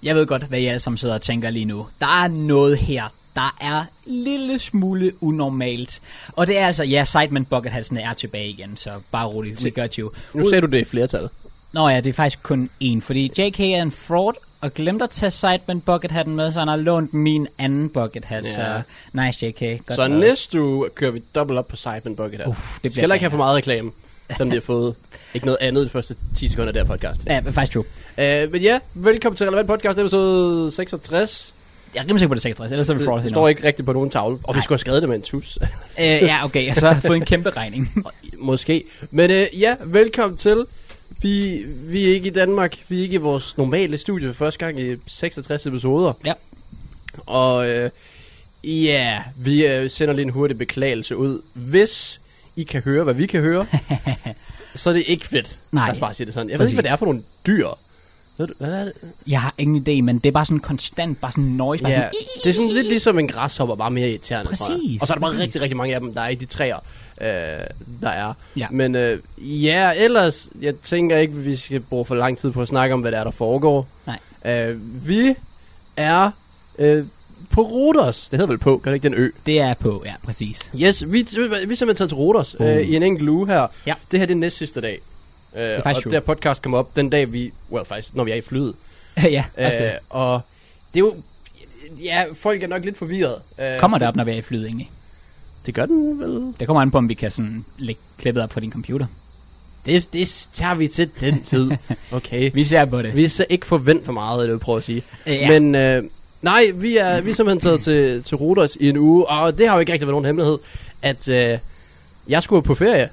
Jeg ved godt, hvad I alle sammen sidder og tænker lige nu. Der er noget her, der er en lille smule unormalt. Og det er altså, ja, Sidemen Buckethatsene er tilbage igen, så bare roligt, we got you. Nu sagde du det i flertal. Nå ja, det er faktisk kun én, fordi JK er en fraud, og glemte at tage Sidemen Buckethatten med, så han har lånt min anden bucket hat, så nice JK. Så næste uge kører vi dobbelt op på Sidemen Bucket Hat. Det skal heller ikke have for meget reklame, som de har fået. Ikke noget andet de første 10 sekunder der podcast. Ja, faktisk true. Men ja, velkommen til Relevant Podcast episode 66. Jeg er rimelig sikker på det 66, ellers er vi fraud. Det står ikke rigtigt på nogen tavle, og vi skulle have skrevet det med en tus. Ja, okay, og så har jeg fået en kæmpe regning. Måske. Men ja, velkommen til. Vi er ikke i Danmark. Vi er ikke i vores normale studie for første gang i 66 episoder. Ja. Og ja, vi sender lige en hurtig beklagelse ud. Hvis I kan høre, hvad vi kan høre, så er det ikke fedt. Nej. Lad os bare sige det sådan. Jeg ved ikke, hvad det er for nogle dyr. Ved du, hvad er det? Jeg har ingen idé, men det er bare sådan konstant, bare sådan noise. Bare sådan, det er sådan lidt ligesom en græshopper, bare mere irriterende. Præcis. Og så er der bare rigtig, rigtig mange af dem, der er i de træer, der er. Ja. Men ja, ellers, jeg tænker ikke, vi skal bruge for lang tid på at snakke om, hvad der er, der foregår. Nej. Vi er på Rhodos. Det hedder vel på, kan det ikke den ø? Det er på, ja, præcis. Yes, vi er simpelthen taget til Rhodos i en enkelt uge her. Ja. Det her det er næst sidste dag. Og det her podcast kommer op den dag, faktisk, når vi er i flyet. Ja, også det. Og det er jo... Ja, folk er nok lidt forvirret. Kommer det op, når vi er i flyet egentlig? Det gør den vel? Det kommer an på, om vi kan sådan lægge klippet op på din computer. Det tager vi til den tid. Okay. Vi ser på det. Vi skal ikke forvente for meget, det vil jeg prøve at sige. Ja. Men nej, vi er simpelthen taget til Rhodos i en uge. Og det har jo ikke rigtig været nogen hemmelighed, at jeg skulle på ferie.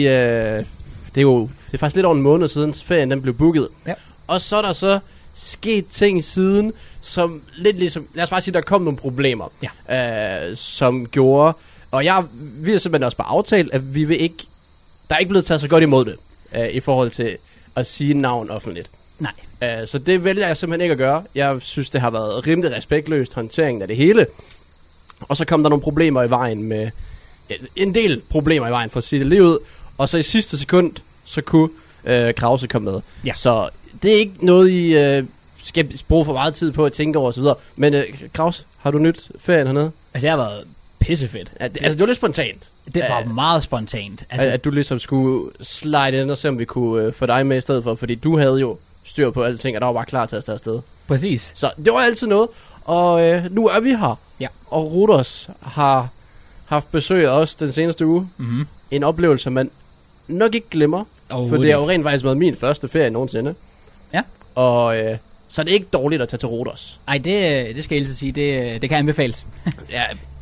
Det er faktisk lidt over en måned siden ferien den blev booket. Ja. Og så er der så sket ting siden, som lidt ligesom, lad os bare sige, der kom nogle problemer, som gjorde, og vi har simpelthen også bare aftalt, at vi vil ikke, der er ikke blevet taget så godt imod det, i forhold til at sige navn offentligt. Nej. Så det vælger jeg simpelthen ikke at gøre. Jeg synes, det har været rimelig respektløst håndteringen af det hele. Og så kom der nogle problemer i vejen med, en del problemer i vejen, for at sige det lige ud. Og så i sidste sekund, så kunne Krause komme med. Ja. Så det er ikke noget, I skal bruge for meget tid på at tænke over osv. Men Krause, har du nyt ferien hernede? Altså, det har været pissefedt. Det var lidt spontant. Det var meget spontant. Altså, at du ligesom skulle slide ind og se, om vi kunne få dig med i stedet for. Fordi du havde jo styr på alle ting, og der var bare klar til at tage afsted. Præcis. Så det var altid noget. Og nu er vi her. Ja. Og Rhodos har haft besøg af os den seneste uge. Mm-hmm. En oplevelse, man nok ikke glemmer. For det har jo rent faktisk været min første ferie nogensinde. Ja. Og så er det ikke dårligt at tage til Rhodos. Ej, det skal jeg lige sige. Det kan anbefales. Ja,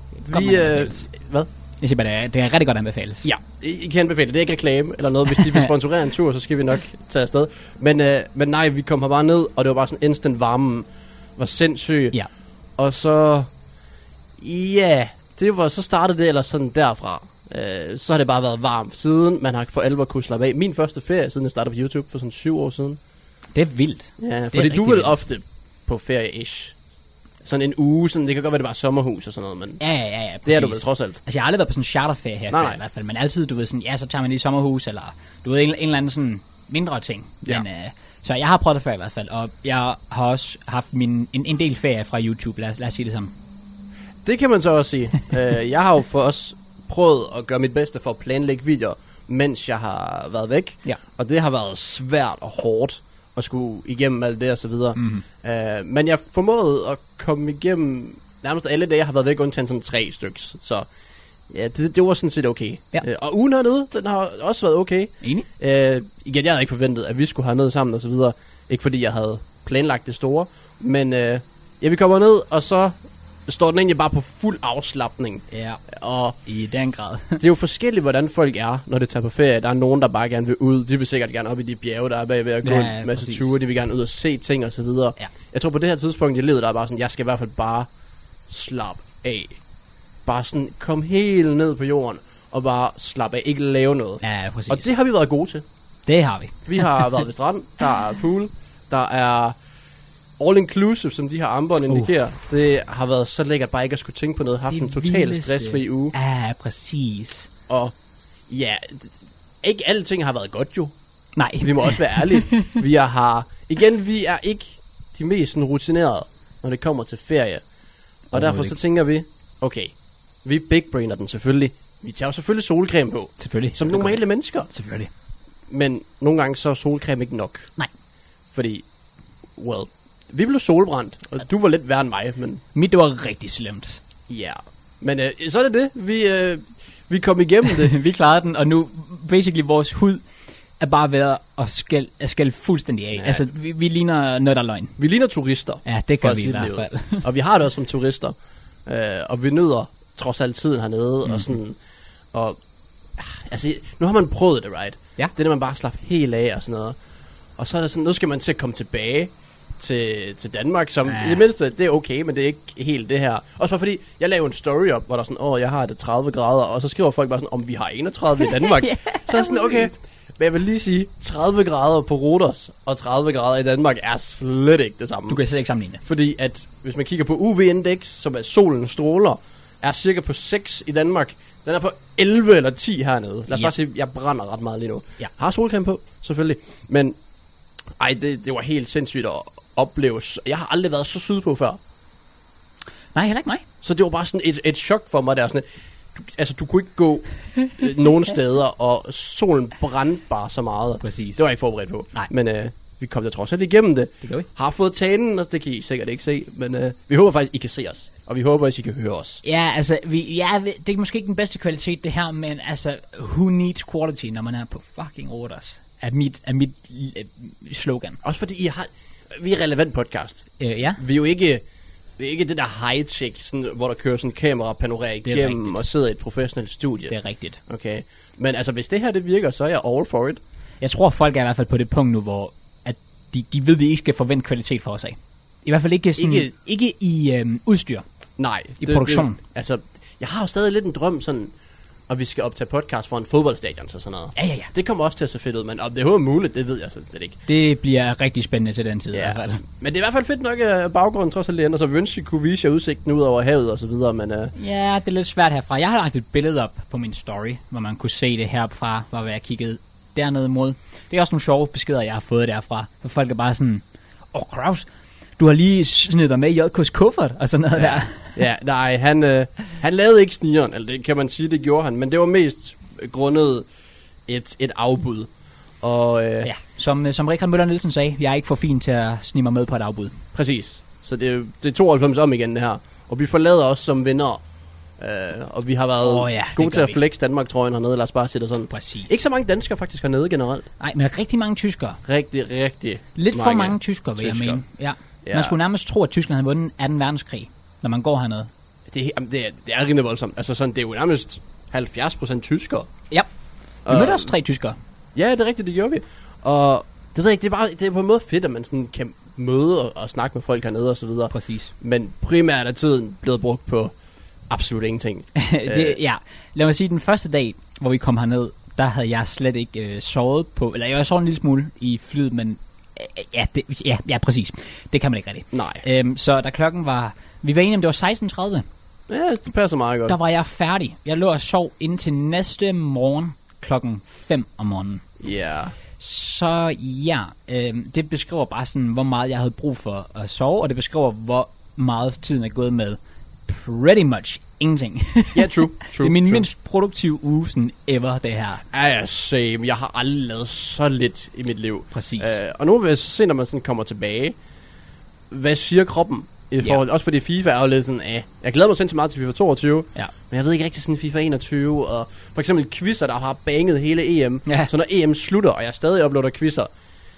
hvad? Jeg siger bare, det er rigtig godt anbefales. Ja, I kan anbefale det. Det er ikke reklame eller noget. Hvis de vil sponsorere en tur, så skal vi nok tage afsted. Men nej, vi kom her bare ned, og det var bare sådan instant varmen var sindssyg. Ja. Og så... Ja, så startede det ellers sådan derfra. Så har det bare været varmt siden. Man har for alvor kunne slappe af. Min første ferie, siden jeg startede på YouTube for sådan 7 år siden. Det er vildt. Ja, fordi du vil ofte på ferie-ish. Sådan en uge, sådan, det kan godt være, det bare sommerhus og sådan noget, men ja, det er du vel trods alt. Altså, jeg har aldrig været på sådan en charterferie her i hvert fald, men altid, du ved sådan, ja, så tager man lige sommerhus, eller du ved, en eller anden sådan mindre ting. Ja. Men, så jeg har prøvet det før i hvert fald, og jeg har også haft en del ferie fra YouTube, lad os sige det sådan. Det kan man så også sige. Jeg har jo for os prøvet at gøre mit bedste for at planlægge videoer, mens jeg har været væk, og det har været svært og hårdt at skulle igennem alt det og så videre. Mm-hmm. Men jeg formåede at komme igennem nærmest alle dage, jeg har været væk, undtagen sådan 3 styks. Så ja, det var sådan set okay. Ja. Og ugen hernede, den har også været okay. Enig. Igen, jeg havde ikke forventet, at vi skulle hernede sammen og så videre. Ikke fordi jeg havde planlagt det store. Men ja, vi kommer ned, og så står den egentlig bare på fuld afslapning. Ja, og i den grad. Det er jo forskelligt, hvordan folk er, når de tager på ferie. Der er nogen, der bare gerne vil ud. De vil sikkert gerne op i de bjerge, der er bagved at gå en masse ture. De vil gerne ud og se ting og så videre. Ja. Jeg tror på det her tidspunkt i livet, der er bare sådan, jeg skal i hvert fald bare slappe af. Bare sådan, kom helt ned på jorden og bare slappe af. Ikke lave noget. Ja, præcis. Og det har vi været gode til. Det har vi. Vi har været ved strand, der er pool, der er all inclusive, som de her armbånd indikerer. Det har været så lækkert bare ikke at skulle tænke på noget. Haft en total stressfri uge. Ja, præcis. Og ja, ikke alle ting har været godt jo. Nej. Vi må også være ærlige. Vi er ikke de mest sådan, rutinerede, når det kommer til ferie. Og derfor så tænker vi, okay, vi big-brainer den selvfølgelig. Vi tager jo selvfølgelig solcreme på. Selvfølgelig. Som normale mennesker. Selvfølgelig. Men nogle gange så er solcreme ikke nok. Nej. Fordi, vi blev solbrændt, og du var lidt værre end mig, men... Mit, det var rigtig slemt. Ja, men så er det. Vi kom igennem det. Vi klarede den, og nu, basically, vores hud er bare ved at skælde fuldstændig af. Ja. Altså, vi ligner noget, der er løgn. Vi ligner turister. Ja, det gør vi i hvert fald. Og vi har det også som turister. Og vi nyder trods alt tiden hernede, og sådan... Og, altså, nu har man prøvet det, right? Ja. Det er, man bare slapper helt af og sådan noget. Og så er det sådan, nu skal man til at komme tilbage til Danmark, som i det mindste, det er okay, men det er ikke helt det her. Også bare fordi, jeg lavede en story op, hvor der er sådan, jeg har det 30 grader, og så skriver folk bare sådan, om vi har 31 i Danmark. Så er det sådan, okay, men jeg vil lige sige, 30 grader på Rhodos og 30 grader i Danmark er slet ikke det samme. Du kan slet ikke sammenligne det. Fordi at, hvis man kigger på UV-indeks, som er solens stråler, er cirka på 6 i Danmark. Den er på 11 eller 10 hernede. Lad os bare sige, jeg brænder ret meget lige nu. Ja. Har solcreme på, selvfølgelig. Men, det var helt sindssygt at opleve. Jeg har aldrig været så sydpå før. Nej, heller ikke mig. Så det var bare sådan et chok for mig der. Sådan, du kunne ikke gå nogen steder, og solen brændte bare så meget. Præcis. Det var jeg ikke forberedt på. Nej. Men vi kom da trods alt igennem det. Det gør vi. Har fået tanen, og det kan I sikkert ikke se. Men vi håber faktisk, I kan se os. Og vi håber, at I kan høre os. Ja, altså, det er måske ikke den bedste kvalitet, det her, men altså, who needs quality, når man er på fucking Rhodos? Er mit slogan. Også fordi vi er relevant podcast. Ja. Vi er jo ikke det der high-tech, sådan, hvor der kører sådan en kamera panorerer igennem og sidder i et professionelt studie. Det er rigtigt. Okay. Men altså, hvis det her det virker, så er jeg all for it. Jeg tror, folk er i hvert fald på det punkt nu, hvor at de ved, at vi ikke skal forvente kvalitet for os af. I hvert fald ikke sådan, ikke i udstyr. Nej. I produktion. Altså, jeg har jo stadig lidt en drøm sådan, og vi skal optage podcast for en fodboldstadion så sådan noget. Ja. Det kommer også til at se fedt ud, men om det er muligt, det ved jeg sådan set ikke. Det bliver rigtig spændende til den tid i hvert fald. Men det er i hvert fald fedt nok, at baggrunden trods alt ændrer, så vi ønsker, kunne vise jer udsigten ud over havet og så videre, men... Ja, det er lidt svært herfra. Jeg har lagt et billede op på min story, hvor man kunne se det herfra, hvor jeg kiggede dernede mod. Det er også nogle sjove beskeder, jeg har fået derfra, så folk er bare sådan, Kraus, du har lige snedet dig med i JK's kuffert og sådan noget der. Ja, nej, han lavede ikke snigeren, eller det kan man sige, det gjorde han, men det var mest grundet et afbud. Og, ja, som Richard Møller Nielsen sagde, jeg er ikke for fin til at snige mig med på et afbud. Præcis, så det er 92 om igen det her, og vi forlader os som vinder. Og vi har været gode til at flex Danmark-trøjen hernede, lad os bare sige det sådan. Præcis. Ikke så mange danskere faktisk hernede generelt. Nej, men rigtig mange tyskere. Rigtig lidt for mange tyskere, vil jeg mene. Ja. Man skulle nærmest tro, at Tyskland havde vundet 2. verdenskrig, når man går hernede. Det er rimelig voldsomt. Altså sådan, det er jo nærmest 70% tyskere. Ja. Vi mødte også 3 tyskere. Ja, det er rigtigt, det gjorde vi. Og det ved jeg ikke, det er på en måde fedt, at man sådan kan møde og snakke med folk hernede og så videre. Præcis. Men primært er tiden blevet brugt på absolut ingenting. Lad mig sige, den første dag, hvor vi kom herned, der havde jeg slet ikke sovet på, eller jeg sov en lille smule i flyet, men præcis. Det kan man ikke rigtig. Nej. Så da klokken var, vi var enige om, det var 16:30. Ja, det passer meget godt. Der var jeg færdig. Jeg lå og sov indtil næste morgen klokken 5 om morgenen. Ja. Yeah. Så det beskriver bare sådan, hvor meget jeg havde brug for at sove, og det beskriver, hvor meget tiden er gået med pretty much ingenting. Ja, true. Det er min mindst produktive uge sådan ever, det her. Ja, same. Jeg har aldrig lavet så lidt i mit liv. Præcis. Og nu vil jeg så se, når man sådan kommer tilbage, hvad siger kroppen? I forhold, også fordi FIFA er jo lidt sådan, jeg glæder mig sindssygt meget til FIFA 22, men jeg ved ikke rigtig sådan FIFA 21, og for eksempel quizzer, der har banget hele EM, så når EM slutter, og jeg stadig uploader quizzer,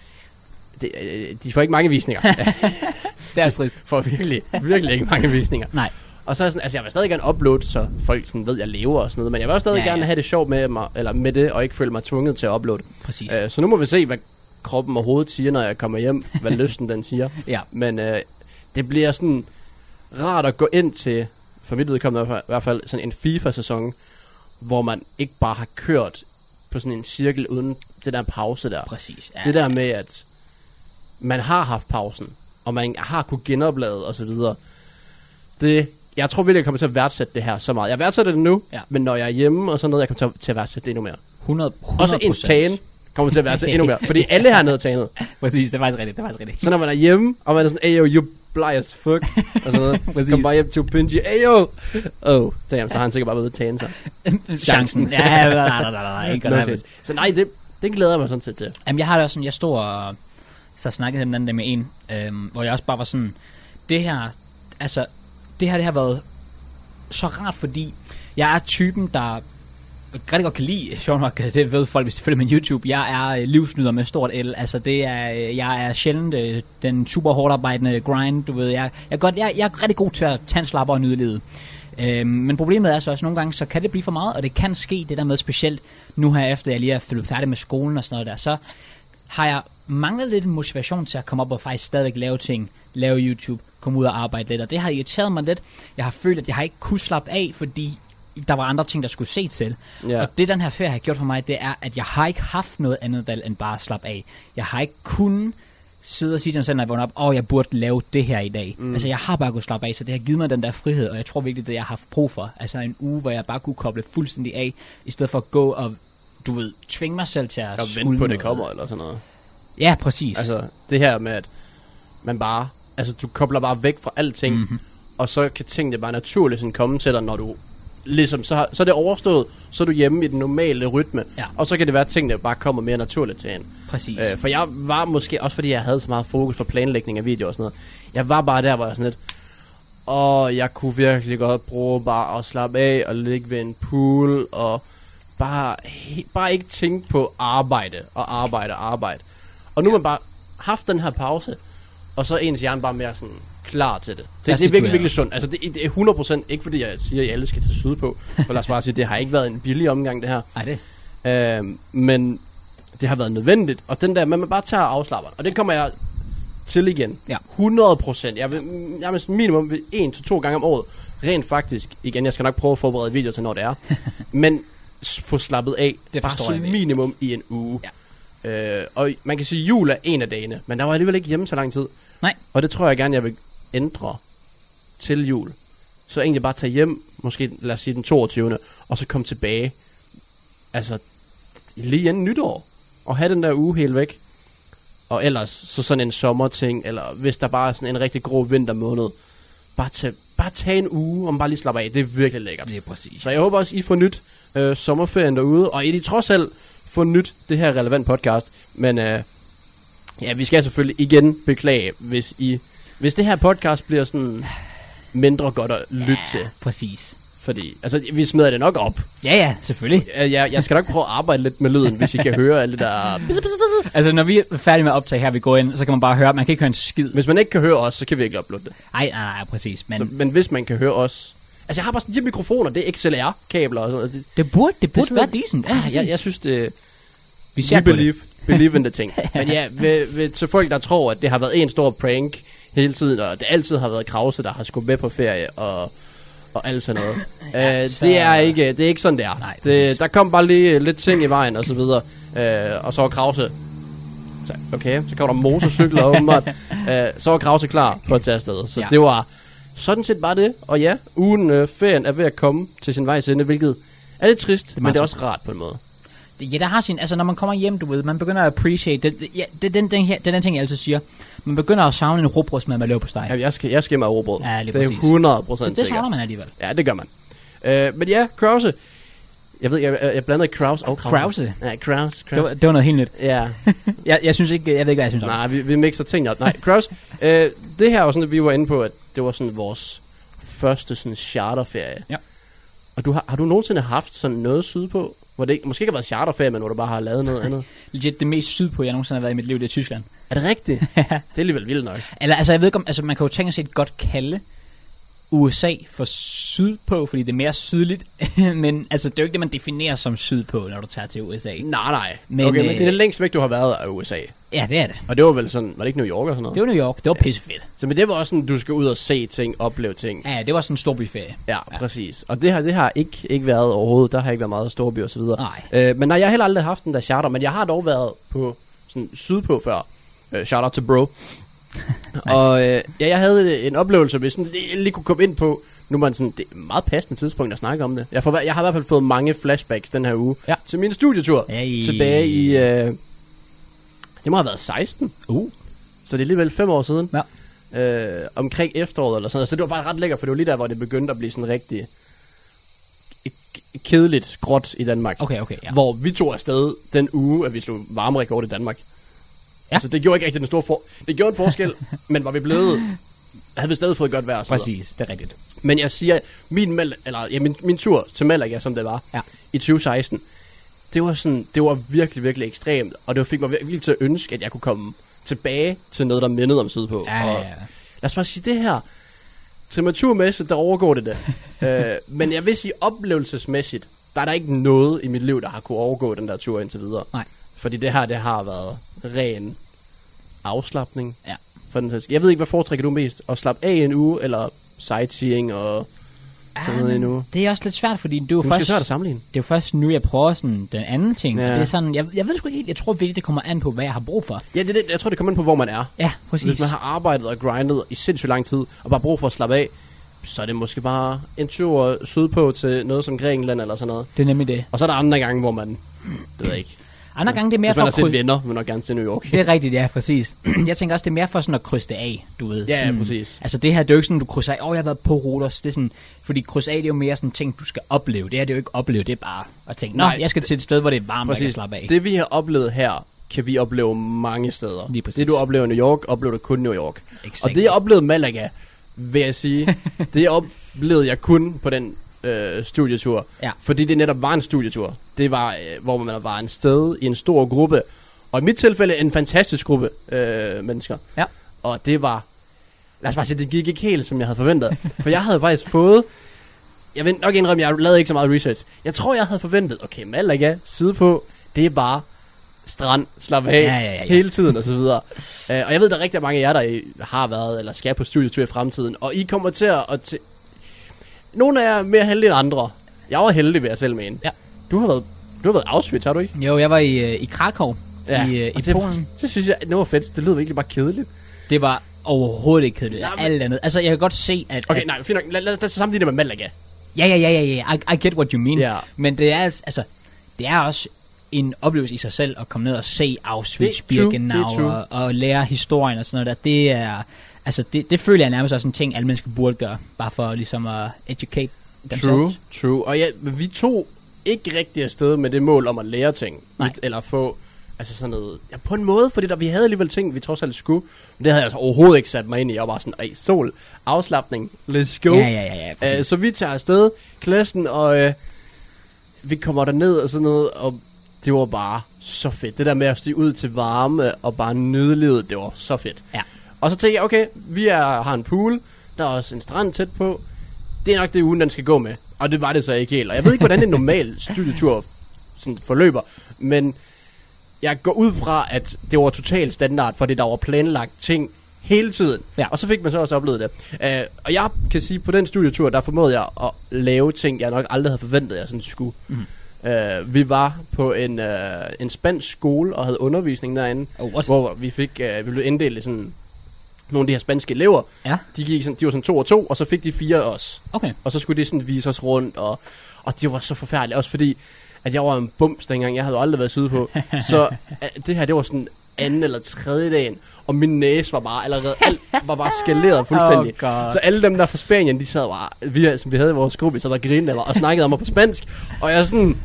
de får ikke mange visninger. Det er trist. For virkelig ikke mange visninger. Nej. Og så er sådan, altså jeg vil stadig gerne uploade, så folk sådan ved, at jeg lever og sådan noget, men jeg vil også stadig gerne have det sjovt med mig, eller med det, og ikke føle mig tvunget til at uploade. Præcis. Så nu må vi se, hvad kroppen og hovedet siger, når jeg kommer hjem, hvad lysten den siger. Men det bliver sådan rart at gå ind til, for mit vedkommende i hvert fald, sådan en FIFA-sæson, hvor man ikke bare har kørt på sådan en cirkel uden det der pause der. Præcis. Det der med, at man har haft pausen, og man har kunnet genoplade og så videre. Jeg tror virkelig, jeg kommer til at værdsætte det her så meget. Jeg værdsætter det nu, men når jeg er hjemme og sådan noget, jeg kommer til at værdsætte det endnu mere. 100%. Også ens tagen kommer til at være til endnu mere. Fordi alle har noget taget. Præcis, det er faktisk rigtigt. Så når man er hjemme, og man er sådan, ayo, you bleg as fuck, og sådan noget. Kom bare hjem til Pinji, ayo. Oh, damn, så har han sikkert bare været ude at tage sig. Chancen. Ja, nej. Så nej, det glæder jeg mig sådan set til. Jamen, jeg har det også sådan, jeg stod og så snakkede den anden dag med en, hvor jeg også bare var sådan, det her har været så rart, fordi jeg er typen, der rigtig godt kan lide, sjovt nok, det ved folk, hvis de følger min YouTube, jeg er livsnyder med stort L, altså jeg er sjældent den super hårdt arbejdende grind, du ved, jeg er rigtig god til at tage en slapper og nyde livet. Men problemet er så også, nogle gange, så kan det blive for meget, og det kan ske det der med specielt, nu her efter jeg lige er fyldt færdig med skolen og sådan noget der, så har jeg manglet lidt motivation til at komme op og faktisk stadigvæk lave ting, lave YouTube, komme ud og arbejde lidt, og det har irriteret mig lidt. Jeg har følt, at jeg har ikke kunnet slappe af, fordi der var andre ting, der skulle se til. Yeah. Og det, den her ferie har gjort for mig, det er, at jeg har ikke haft noget andet valg, end bare at slappe af. Jeg har ikke kunnet sidde og sige til mig selv, når jeg vågner op, jeg burde lave det her i dag. Altså, jeg har bare kunnet slappe af, så det har givet mig den der frihed, og jeg tror virkelig, det jeg har haft brug for. Altså, en uge, hvor jeg bare kunne koble fuldstændig af, i stedet for at gå og, du ved, tvinge mig selv til at vente på, det kommer, eller sådan noget. Ja, præcis. Altså, det her med, at man bare, altså, du kobler bare væk fra alting, og så kan tingene bare naturligt sådan komme til dig, når du ligesom, så er det overstået, så er du hjemme i den normale rytme, og så kan det være, at tingene bare kommer mere naturligt til en. Præcis. For jeg var måske, også fordi jeg havde så meget fokus på planlægning af videoer og sådan noget, jeg var bare der, hvor jeg sådan lidt, jeg kunne virkelig godt bruge bare at slappe af og ligge ved en pool, og bare ikke tænke på arbejde. Og nu har man bare haft den her pause, og så er ens hjerne bare mere sådan klar til det. Det er virkelig, virkelig sundt. Altså det er 100%, ikke fordi jeg siger, at alle skal til Sydpå, for lad os bare sige, det har ikke været en billig omgang, det her. Nej, det. Men det har været nødvendigt, og den der, man bare tager afslapper, og det kommer jeg til igen. Ja. 100%. Jeg vil minimum 1 til 2 gange om året, rent faktisk, igen, jeg skal nok prøve at forberede videoer til, når det er, men få slappet af, det bare så minimum i en uge. Ja. Og man kan sige, at jul er en af dagene, men der var alligevel ikke hjemme så lang tid. Nej. Og det tror jeg gerne, jeg vil ændre til jul. Så egentlig bare tage hjem, måske lad os sige den 22. og så komme tilbage, altså lige inden nytår, og have den der uge helt væk. Og ellers så sådan en sommerting, eller hvis der bare er sådan en rigtig grå vintermåned, bare tage en uge, og man bare lige slapper af. Det er virkelig lækkert. Det er præcis. Så jeg håber også, I får nyt sommerferien derude, og I trods alt får nyt det her relevant podcast. Men vi skal selvfølgelig igen beklage, hvis det her podcast bliver sådan mindre godt at lytte til. Præcis. Fordi, altså, vi smider det nok op. Ja, selvfølgelig. Jeg skal nok prøve at arbejde lidt med lyden, hvis I kan høre alt det der. Altså, når vi er færdige med at optage her, vi går ind, så kan man bare høre, man kan ikke høre en skid. Hvis man ikke kan høre os, så kan vi ikke uploade det. Nej, præcis. Men hvis man kan høre os. Altså, jeg har bare sådan de mikrofoner, det er XLR-kabler og sådan noget. Det burde være decent. Ja, jeg synes, det... Vi ser believe in the ting. Men ja, til folk, der tror, at det har været en stor prank hele tiden, og det altid har været Krause, der har skudt med på ferie, og alt sådan noget. Det er ikke sådan, det er. Nej, der kom bare lige lidt ting i vejen, og så videre. Og så var Krause... så kom der motorcykler åbenbart. Så var Krause klar på at tage afsted. Så det var sådan set bare det. Og ja, ferien er ved at komme til sin vejs ende, hvilket er lidt trist, men det er også rart på en måde. Ja, der har sin, altså når man kommer hjem, du ved, man begynder at appreciate det. Ja, det er den ting, jeg altid siger. Man begynder at savne en rugbrødsmad med leverpostej. Ja, jeg skal med rugbrød. Ja, det er 100% sikkert. Det savner man alligevel. Ja, det gør man. Men ja, Krause. Jeg ved, jeg blandede Krause og Krause. Ja, Krause. Det var noget helt nyt. Ja. jeg synes ikke, jeg ved ikke, hvad jeg synes om. Nej, vi mixer tingene op. Nej, Krause. Det her var sådan, at vi var inde på, at det var sådan vores første sådan charterferie. Ja. Og har du nogensinde haft sådan noget sydpå? Hvor det måske ikke har været charterferie, men hvor du bare har lavet noget andet? Legit, det mest sydpå, jeg nogensinde har været i mit liv, det er Tyskland. Er det rigtigt? Det er alligevel vildt nok. Eller, altså, jeg ved ikke om, altså, man kan jo tænke sig et godt kalde USA for sydpå, fordi det er mere sydligt. Men altså, det er jo ikke det, man definerer som sydpå, når du tager til USA. Nej. Men det er det længst væk, du har været af USA. Ja, det er det. Og det var vel sådan, var det ikke New York og sådan noget? Det var New York, det var pissefedt. Så men det var også sådan, du skal ud og se ting, opleve ting. Ja, det var sådan en storbyferie. Ja, præcis. Og det har ikke været overhovedet, der har ikke været meget storby og så videre. Nej. Men nej, jeg har heller aldrig haft den der charter, men jeg har dog været på sådan sydpå før. Shout out to bro. Nice. Og jeg havde en oplevelse, hvis sådan, jeg lige kunne komme ind på. Nu er man sådan, det er et meget passende tidspunkt at snakke om det. Jeg har i hvert fald fået mange flashbacks den her uge til min studietur tilbage Det må have været 16. Så det er alligevel 5 år siden. Ja. Omkring efteråret eller sådan noget. Så det var faktisk ret lækkert, for det var lige der, hvor det begyndte at blive sådan rigtig kedeligt gråt i Danmark. Okay, ja. Hvor vi tog afsted den uge, at vi slog varmerekord i Danmark. Ja. Altså det gjorde ikke rigtig den store det gjorde en forskel, men var vi blevet, havde vi stadig fået godt vejr. Præcis, det er rigtigt. Men jeg siger, min tur til Malaga, som det var, i 2016, det var virkelig, virkelig ekstremt, og det fik mig virkelig til at ønske, at jeg kunne komme tilbage til noget, der mindede om sydpå. Ja. Og lad os bare sige det her, temperaturmæssigt, der overgår det. Men jeg vil sige, oplevelsesmæssigt, der er der ikke noget i mit liv, der har kunne overgå den der tur indtil videre. Nej. Fordi det har været ren afslapning. Ja. For den jeg ved ikke, hvad foretrækker du mest? At slappe af en uge, eller sightseeing og sådan noget en uge? Det er også lidt svært, fordi det er jo først... svært at sammenligne. Det er jo først nu, jeg prøver sådan den anden ting. Ja. Og det er sådan, jeg ved sgu ikke helt, jeg tror virkelig, det kommer an på, hvad jeg har brug for. Ja, jeg tror, det kommer an på, hvor man er. Ja, præcis. Hvis man har arbejdet og grindet i sindssygt lang tid, og bare brug for at slappe af, så er det måske bare en tur sydpå til noget som Grækenland eller sådan noget. Det er nemlig det. Og så er der andre gange, hvor man, det ved jeg ikke. Andre gange, det er mere hvis man for har set venner, men nok gerne til New York. Det er rigtigt, ja, præcis. Jeg tænker også, det er mere for sådan at krydse det af, du ved. Ja, sådan, præcis. Altså det her, det er jo ikke sådan, du krydser af, jeg har været på Rhodos. Det er sådan, fordi krydse af, det er jo mere sådan ting, du skal opleve. Det her, det er jo ikke opleve, det er bare at tænke, jeg skal til et sted, hvor det er varmt, og jeg kan slappe af. Det vi har oplevet her, kan vi opleve mange steder. Lige præcis. Det du oplever i New York, oplever du kun New York. Exactly. Og det jeg oplevede i Malaga, vil jeg sige, det oplevede jeg kun på den studietur. Ja. Fordi det netop var en studietur. Det var, hvor man var en sted i en stor gruppe. Og i mit tilfælde en fantastisk gruppe mennesker. Ja. Og det var, lad os bare sige, det gik ikke helt, som jeg havde forventet. For jeg havde faktisk fået, jeg vil nok indrømme, jeg lavede ikke så meget research. Jeg tror, jeg havde forventet, okay, Malaga, sydpå, det er bare strand, slap af, hele tiden og så videre. Og jeg ved, der er rigtig mange af jer, der har været eller skal på studietur i fremtiden. Og I kommer til at nogle af jer er mere heldige end andre. Jeg var heldig, vil jeg selv mene. Ja. Du har været Auschwitz, har du ikke? Jo, jeg var i Krakow, i Polen. Det synes jeg, det var fedt. Det lød virkelig bare kedeligt. Det var overhovedet ikke kedeligt. Alt andet. Altså, jeg kan godt se, at... Okay, nej, fint nok. Lad os sammenligne det med Malaga. Ja. I get what you mean. Yeah. Men det er, altså, det er også en oplevelse i sig selv at komme ned og se Auschwitz, Birkenau og lære historien og sådan noget der. Det er... Altså, det føler jeg nærmest også en ting, alle mennesker burde gøre, bare for ligesom at educate themselves. True. Og ja, vi tog ikke rigtig afsted med det mål om at lære ting. Nej. Eller få, altså sådan noget, ja, på en måde, fordi vi havde alligevel ting, vi trods alt skulle. Men det havde jeg altså overhovedet ikke sat mig ind i. Jeg var bare sådan, sol, afslapning, let's go. Ja. Så vi tager afsted, klassen, og vi kommer derned og sådan noget, og det var bare så fedt. Det der med at stige ud til varme og bare nyde livet, det var så fedt. Ja. Og så tænkte jeg, okay, vi har en pool, der er også en strand tæt på. Det er nok det ugen, den skal gå med. Og det var det så ikke helt. Og jeg ved ikke, hvordan en normal studietur sådan forløber. Men jeg går ud fra, at det var totalt standard, fordi der var planlagt ting hele tiden. Ja. Og så fik man så også oplevet det. Og jeg kan sige, på den studietur, der formåede jeg at lave ting, jeg nok aldrig havde forventet, jeg sådan skulle. Vi var på en spansk skole og havde undervisning derinde, hvor vi blev inddelt i sådan nogle af de her spanske elever. Ja. De var sådan 2 og 2, og så fik de 4 os. Okay. Og så skulle de sådan vise os rundt, og det var så forfærdeligt, også fordi at jeg var en bums dengang, jeg havde aldrig været sydpå. Så det her, det var sådan anden eller tredje dagen, og min næse var bare allerede, alt var bare skaleret fuldstændig. Så alle dem der fra Spanien, de sad bare, som vi havde i vores gruppe, så der grinede og snakkede om mig på spansk, og jeg sådan,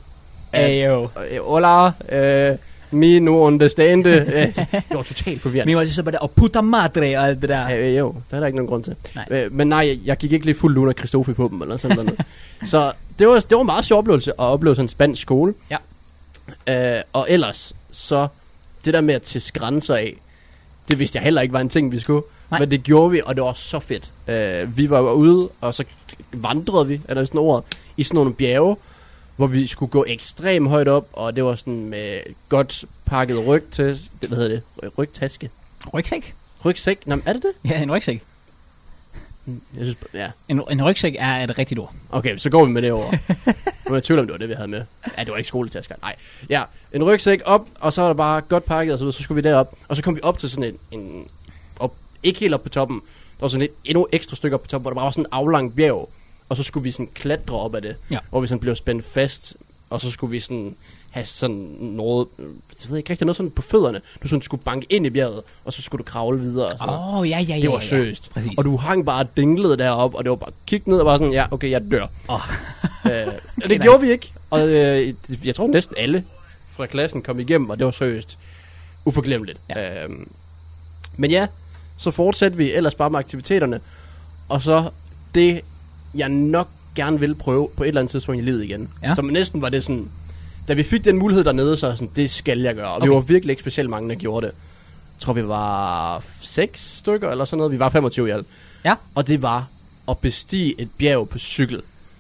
hola, me no understand. Det var totalt forvirrende. Men var det så bare der, puta madre og alt det der? Jo, det er der ikke nogen grund til. Men nej, jeg gik ikke lige fuld Luna Christofi på dem, eller sådan noget. Så det var en meget sjov oplevelse, at opleve sådan en spansk skole. Ja. Og ellers, så det der med at tæske grænser af, det vidste jeg heller ikke var en ting, vi skulle. Nej. Men det gjorde vi, og det var så fedt. Vi var ude, og så vandrede vi, eller sådan ordet, i sådan nogle bjerge, hvor vi skulle gå ekstremt højt op, og det var sådan med godt pakket rygtaske. Rygsæk? Nå, er det det? Ja, en rygsæk. Jeg synes, ja. En rygsæk er et rigtigt ord. Okay, så går vi med det over. Nu er jeg tvivl om, det var det, vi havde med. Ja, det var ikke skoletasker. Nej. Ja, en rygsæk op, og så var der bare godt pakket, og så skulle vi derop. Og så kom vi op til sådan en ikke helt op på toppen. Der var sådan endnu ekstra stykker på toppen, hvor der bare var sådan en aflang bjerg. Og så skulle vi sådan klatre op af det, hvor vi sådan blev spændt fast, og så skulle vi sådan have sådan noget, jeg ved ikke rigtig, noget sådan på fødderne. Du sådan skulle banke ind i bjerget, og så skulle du kravle videre. Og sådan. Ja. Det var seriøst. Ja. Og du hang bare dinglet derop, og det var bare kig ned og bare sådan, ja, okay, jeg dør. Det gjorde vi ikke. Og jeg tror næsten alle fra klassen kom igennem, og det var seriøst uforglemmeligt. Ja. Men ja, så fortsatte vi ellers bare med aktiviteterne. Og så det, jeg nok gerne ville prøve på et eller andet tidspunkt i livet igen. Ja. Som næsten var det sådan, da vi fik den mulighed dernede, så sådan, det skal jeg gøre. Og vi var virkelig ikke specielt mange, der gjorde det. Jeg tror, vi var 6 stykker eller sådan noget. Vi var 25 i alt. Ja. Og det var at bestige et bjerg på cykel.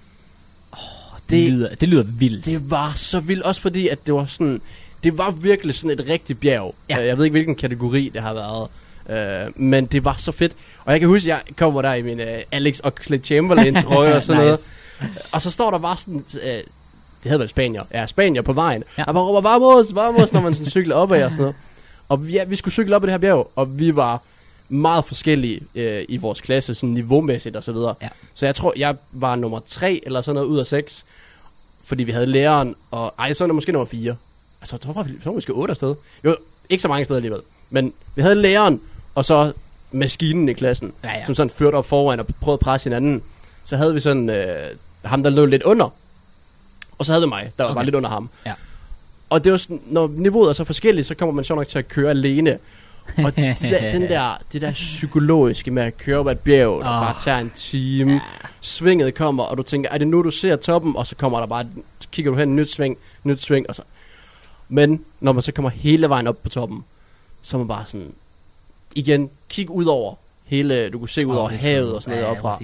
Det lyder vildt. Det var så vildt, også fordi, at det var sådan, det var virkelig sådan et rigtigt bjerg. Ja. Jeg ved ikke, hvilken kategori det har været. Men det var så fedt. Og jeg kan huske, jeg kommer der i min Alex Oxlade-Chamberlain trøje og sådan noget. Og så står der bare sådan, det hedder vel Spanier. Ja, Spanier på vejen. Ja. Og bare råber, vamos, når man sådan cykler opad og sådan noget. Og ja, vi skulle cykle op i det her bjerg, og vi var meget forskellige i vores klasse, sådan niveaumæssigt og så videre. Ja. Så jeg tror, jeg var nummer 3 eller sådan noget ud af 6. Fordi vi havde læreren, og så er det måske nummer 4. Altså, så var vi måske 8 afsted. Jo, ikke så mange steder alligevel. Men vi havde læreren, og så maskinen i klassen, som sådan førte op foran og prøvede at presse hinanden. Så havde vi sådan ham, der lå lidt under. Og så havde vi mig, der var bare lidt under ham. Ja. Og det var sådan, når niveauet er så forskelligt, så kommer man så nok til at køre alene. Og det der psykologiske med at køre op ad et bjerg, der bare tager en time. Ja. Svinget kommer, og du tænker, er det nu, du ser toppen? Og så kommer der bare, så kigger du hen, nyt sving, og så. Men når man så kommer hele vejen op på toppen, så er man bare sådan, igen, kig ud over hele, du kunne se ud over havet og sådan noget opfra.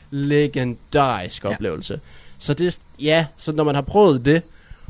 Legendarisk oplevelse. Så det, så når man har prøvet det,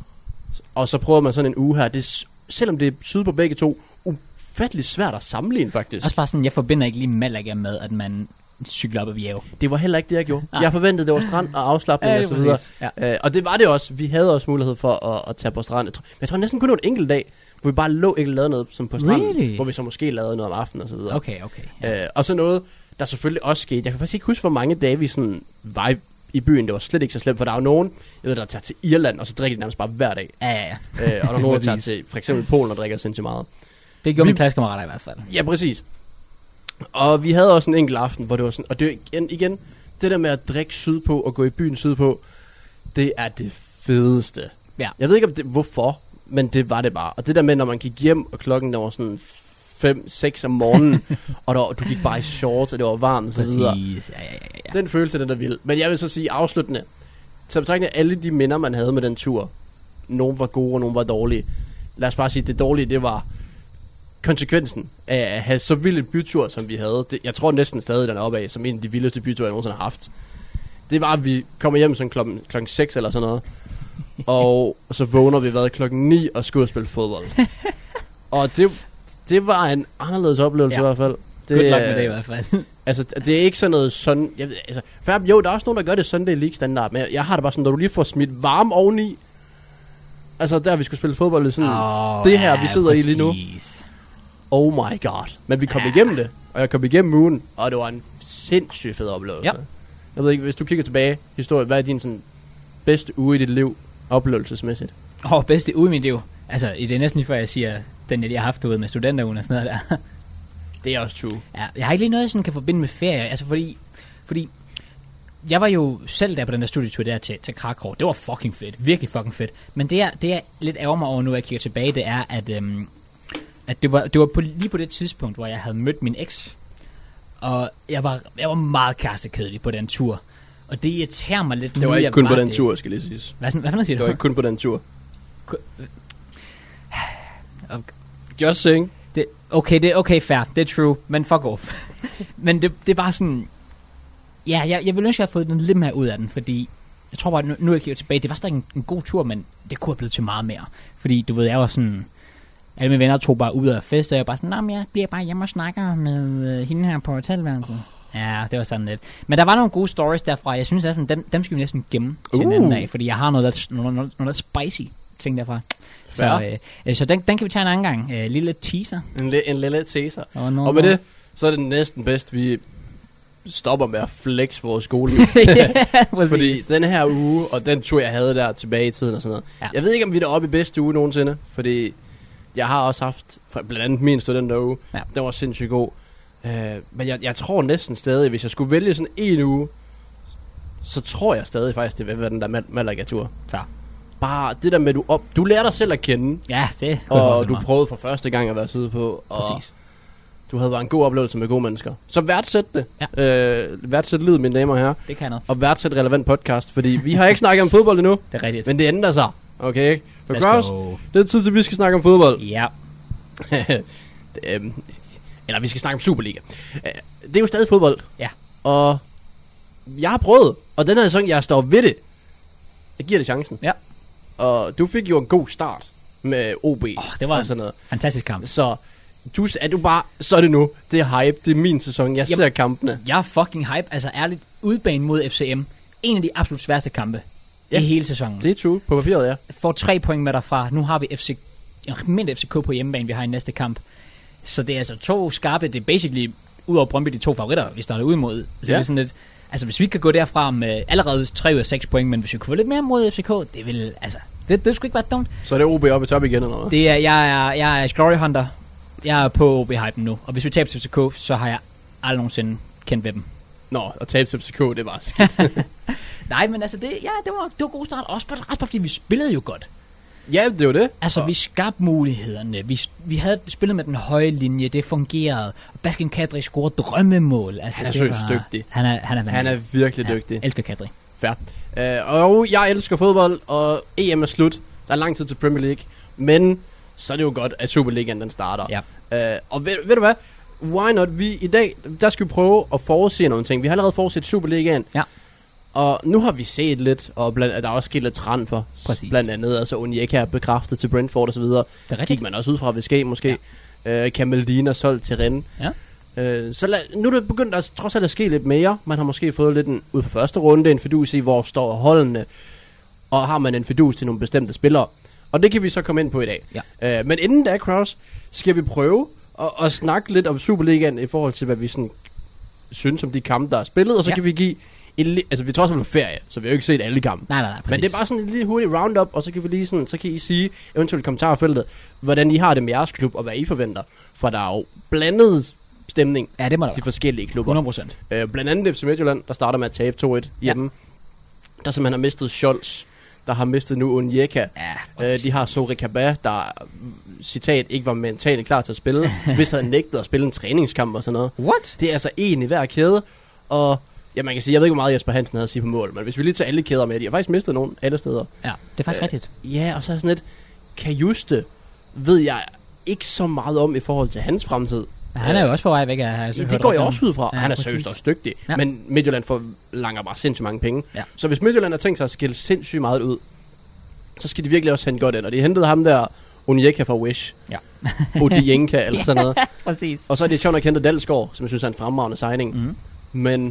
og så prøver man sådan en uge her, det, selvom det er syd på begge to, ufattelig svært at sammenligne faktisk. Også bare sådan, jeg forbinder ikke lige Malaga med, at man cykler op ad bjerge. Det var heller ikke det, jeg gjorde. Jeg forventede, det var strand og afslapning og så videre. Ja. Og det var det også. Vi havde også mulighed for at tage på strand. Jeg tror næsten kun en enkelt dag, hvor vi bare lå ikke lavede noget som på stranden, hvor vi så måske lavede noget om aftenen og så videre. Okay. Og så noget, der selvfølgelig også skete. Jeg kan faktisk ikke huske, hvor mange dage vi sådan var i byen. Det var slet ikke så slemt, for der er jo nogen, jeg ved, der tager til Irland, og så drikker de nærmest bare hver dag. Ja. Og der er nogen, der tager til for eksempel Polen og drikker sindssygt meget. Det gjorde mine klassekammerater i hvert fald. Ja, præcis. Og vi havde også en enkelt aften, hvor det var sådan, og det igen, det der med at drikke sydpå og gå i byen sydpå, det er det fedeste. Ja. Jeg ved ikke, hvorfor, men det var det bare. Og det der med, når man gik hjem, og klokken der var sådan 5-6 om morgenen, og du gik bare i shorts, og det var varmt og så videre. Ja. Den følelse, den er vild. Men jeg vil så sige afsluttende, så betragtning af alle de minder, man havde med den tur, nogle var gode, og nogle var dårlige. Lad os bare sige, det dårlige, det var konsekvensen af at have så vild en bytur, som vi havde. Jeg tror næsten stadig den er oppe af, som en af de vildeste byture, jeg nogensinde har haft. Det var, at vi kommer hjem sådan klokken 6 eller sådan noget, og så vågner vi klokken 9 og skal ud og spille fodbold. Og det var en anderledes oplevelse i hvert fald. Good luck med det i hvert fald. Altså, det er ikke sådan noget sådan. Jo, der er også nogen, der gør det Sunday League standard, men jeg har det bare sådan, når du lige får smidt varme oveni. Altså, der vi skulle spille fodbold, sådan det her, vi sidder i lige nu. Oh my god. Men vi kom igennem det, og jeg kom igennem ugen, og det var en sindssygt fed oplevelse. Yep. Jeg ved ikke, hvis du kigger tilbage historie, hvad er din sådan bedste uge i dit liv, oplevelsesmæssigt? Bedste uge i mit liv? Altså, det er næsten lige før jeg siger, den jeg har haft ude med studenterugen og sådan noget der. Det er også true. Ja, jeg har ikke lige noget, jeg sådan kan forbinde med ferie, altså fordi jeg var jo selv der på den der studietur der til Krakow. Det var fucking fedt, virkelig fucking fedt. Men det jeg lidt ærger mig over nu, at jeg kigger tilbage, det er, at det var lige på det tidspunkt, hvor jeg havde mødt min eks, og jeg var meget kærestekedelig på den tur, og det irriterer mig lidt. Det var ikke kun på den tur, skal jeg lige sige. Hvad fanden siger du? Det var ikke kun på den tur. Just saying. Okay, fair, det er true, men fuck off. Men det er bare sådan, ja, jeg vil ønske, at jeg har fået den lidt mere ud af den, fordi jeg tror bare, nu jeg kigger tilbage, det var stadig en god tur, men det kunne have blevet til meget mere, fordi du ved, jeg var sådan, alle mine venner tog bare ud af fest, og jeg var bare sådan, jeg bliver bare hjemme og snakker med hende her på hotelværelset. Ja, det var sådan lidt. Men der var nogle gode stories derfra, jeg synes, at dem skal vi næsten gemme til en anden dag, fordi jeg har noget spicy ting derfra. Så den kan vi tage en anden gang. Lille teaser. En lille teaser. Og med det, så er det næsten bedst, vi stopper med at flex vores skole. Fordi den her uge, og den tur, jeg havde der tilbage i tiden og sådan noget. Ja. Jeg ved ikke, om vi er deroppe i bedste uge nogensinde, fordi jeg har også haft, blandt andet min studenteruge, den var sindssygt god. Men jeg tror næsten stadig, hvis jeg skulle vælge sådan en uge, så tror jeg stadig faktisk, det vil være den der Malaga-tur. Ja. Bare det der med, du lærer dig selv at kende. Ja, det. Og du prøvede for første gang at være syde på. Og præcis. Du havde været en god oplevelse med gode mennesker. Så værdsæt det. Ja. Værdsæt livet, mine damer og herrer. Det kan noget. Og værdsæt relevant podcast, fordi vi har ikke snakket om fodbold endnu. Det er rigtigt. Men det ændrer sig. Okay? For Kraus, det er tid til, vi skal snakke om fodbold. Ja. Eller vi skal snakke om Superliga. Det er jo stadig fodbold. Ja. Og jeg har prøvet, og den her sæson, jeg står ved det. Jeg giver det chancen. Ja. Og du fik jo en god start med OB. Det var sådan noget. Fantastisk kamp. Så så er det nu. Det er hype. Det er min sæson. Jeg ser kampene. Jeg er fucking hype. Altså ærligt, udbanen mod FCM. En af de absolut sværeste kampe i hele sæsonen. Det er true. På papiret, ja. Får 3 point med derfra. Nu har vi FCK på hjemmebane, vi har i næste kamp. Så det er altså 2 skarpe. Det er basically, ud over Brøndby, de 2 favoritter, vi starter ud mod. Så det er sådan lidt. Altså hvis vi kan gå derfra med allerede 3 ud af 6 point, men hvis vi kunne få lidt mere mod FCK, det vil, altså, det skulle ikke være dumt. Så er det OB oppe i top igen, eller hvad? Det er, jeg er Glory Hunter. Jeg er på OB-hypen nu, og hvis vi taber til FCK, så har jeg aldrig nogensinde kendt ved dem. Nå, og tabe til FCK, det var skidt. Nej, men altså, det var god start, også bare fordi vi spillede jo godt. Ja, det var det. Altså, vi skabte mulighederne. Vi havde spillet med den høje linje, det fungerede. Og Baskin Kadri scorede drømmemål. Altså, han er så dygtig. Han er virkelig dygtig. Jeg elsker Kadri. Fair. Og jeg elsker fodbold, og EM er slut. Der er lang tid til Premier League. Men så er det jo godt, at Superligaen den starter. Ja. Og ved du hvad? Why not? Vi i dag, der skal vi prøve at forudse nogle ting. Vi har allerede forudset Superligaen. Ja. Og nu har vi set lidt, og der er også sket lidt transfer. Præcis. Blandt andet, altså Onyeka er bekræftet til Brentford og så videre. Det er rigtigt. Gik man også ud fra, at vi ske måske. Ja. Kamaldina solgt til Rennes. Ja. Så nu er det begyndt at trods alt at ske lidt mere. Man har måske fået lidt ud fra første runde, en fidus i, hvor står holdene. Og har man en fidus til nogle bestemte spillere. Og det kan vi så komme ind på i dag. Ja. Men inden da, Kraus, skal vi prøve at snakke lidt om Superligaen i forhold til, hvad vi sådan synes om de kampe, der er spillet. Og så kan vi give altså vi tror også på ferie, så vi har jo ikke set alle kampe. Nej, men det er bare sådan en lille hurtig roundup, og så kan vi lige sådan, så kan I sige eventuelt i kommentarfeltet, hvordan I har det med jeres klub, og hvad I forventer. For der er jo blandet stemning. Ja, det må der de forskellige klubber. 100%. Blandt andet FC Midtjylland, der starter med at tabe 2-1 hjemme. Der simpelthen har mistet Scholz, der har mistet nu Onyeka. Ja, de har Sori Kaba, der citat ikke var mentalt klar til at spille, hvis havde nægtet at spille en træningskamp og sådan noget. What? Det er altså en i hver kæde, og ja, man kan sige, jeg ved ikke, hvor meget Jesper Hansen havde at sige på mål, men hvis vi lige tager alle kæder med, de har faktisk mistet nogen alle steder. Ja, det er faktisk rigtigt. Ja, og så er sådan lidt, Kajuste ved jeg ikke så meget om i forhold til hans fremtid. Ja, han er jo også på vej væk af det går jeg også ud fra. Ja, han er seriøst også dygtig. Ja. Men Midtjylland forlanger bare sindssygt mange penge. Ja. Så hvis Midtjylland har tænkt sig at skille sindssygt meget ud, så skal de virkelig også hente godt ind. Og de hentede ham der, Onyeka fra Wish. Ja. Odienka eller sådan noget. Præcis. Og så er det sjovt nok hentet Dalsgaard, som jeg synes er en fremragende signing. Mm. Men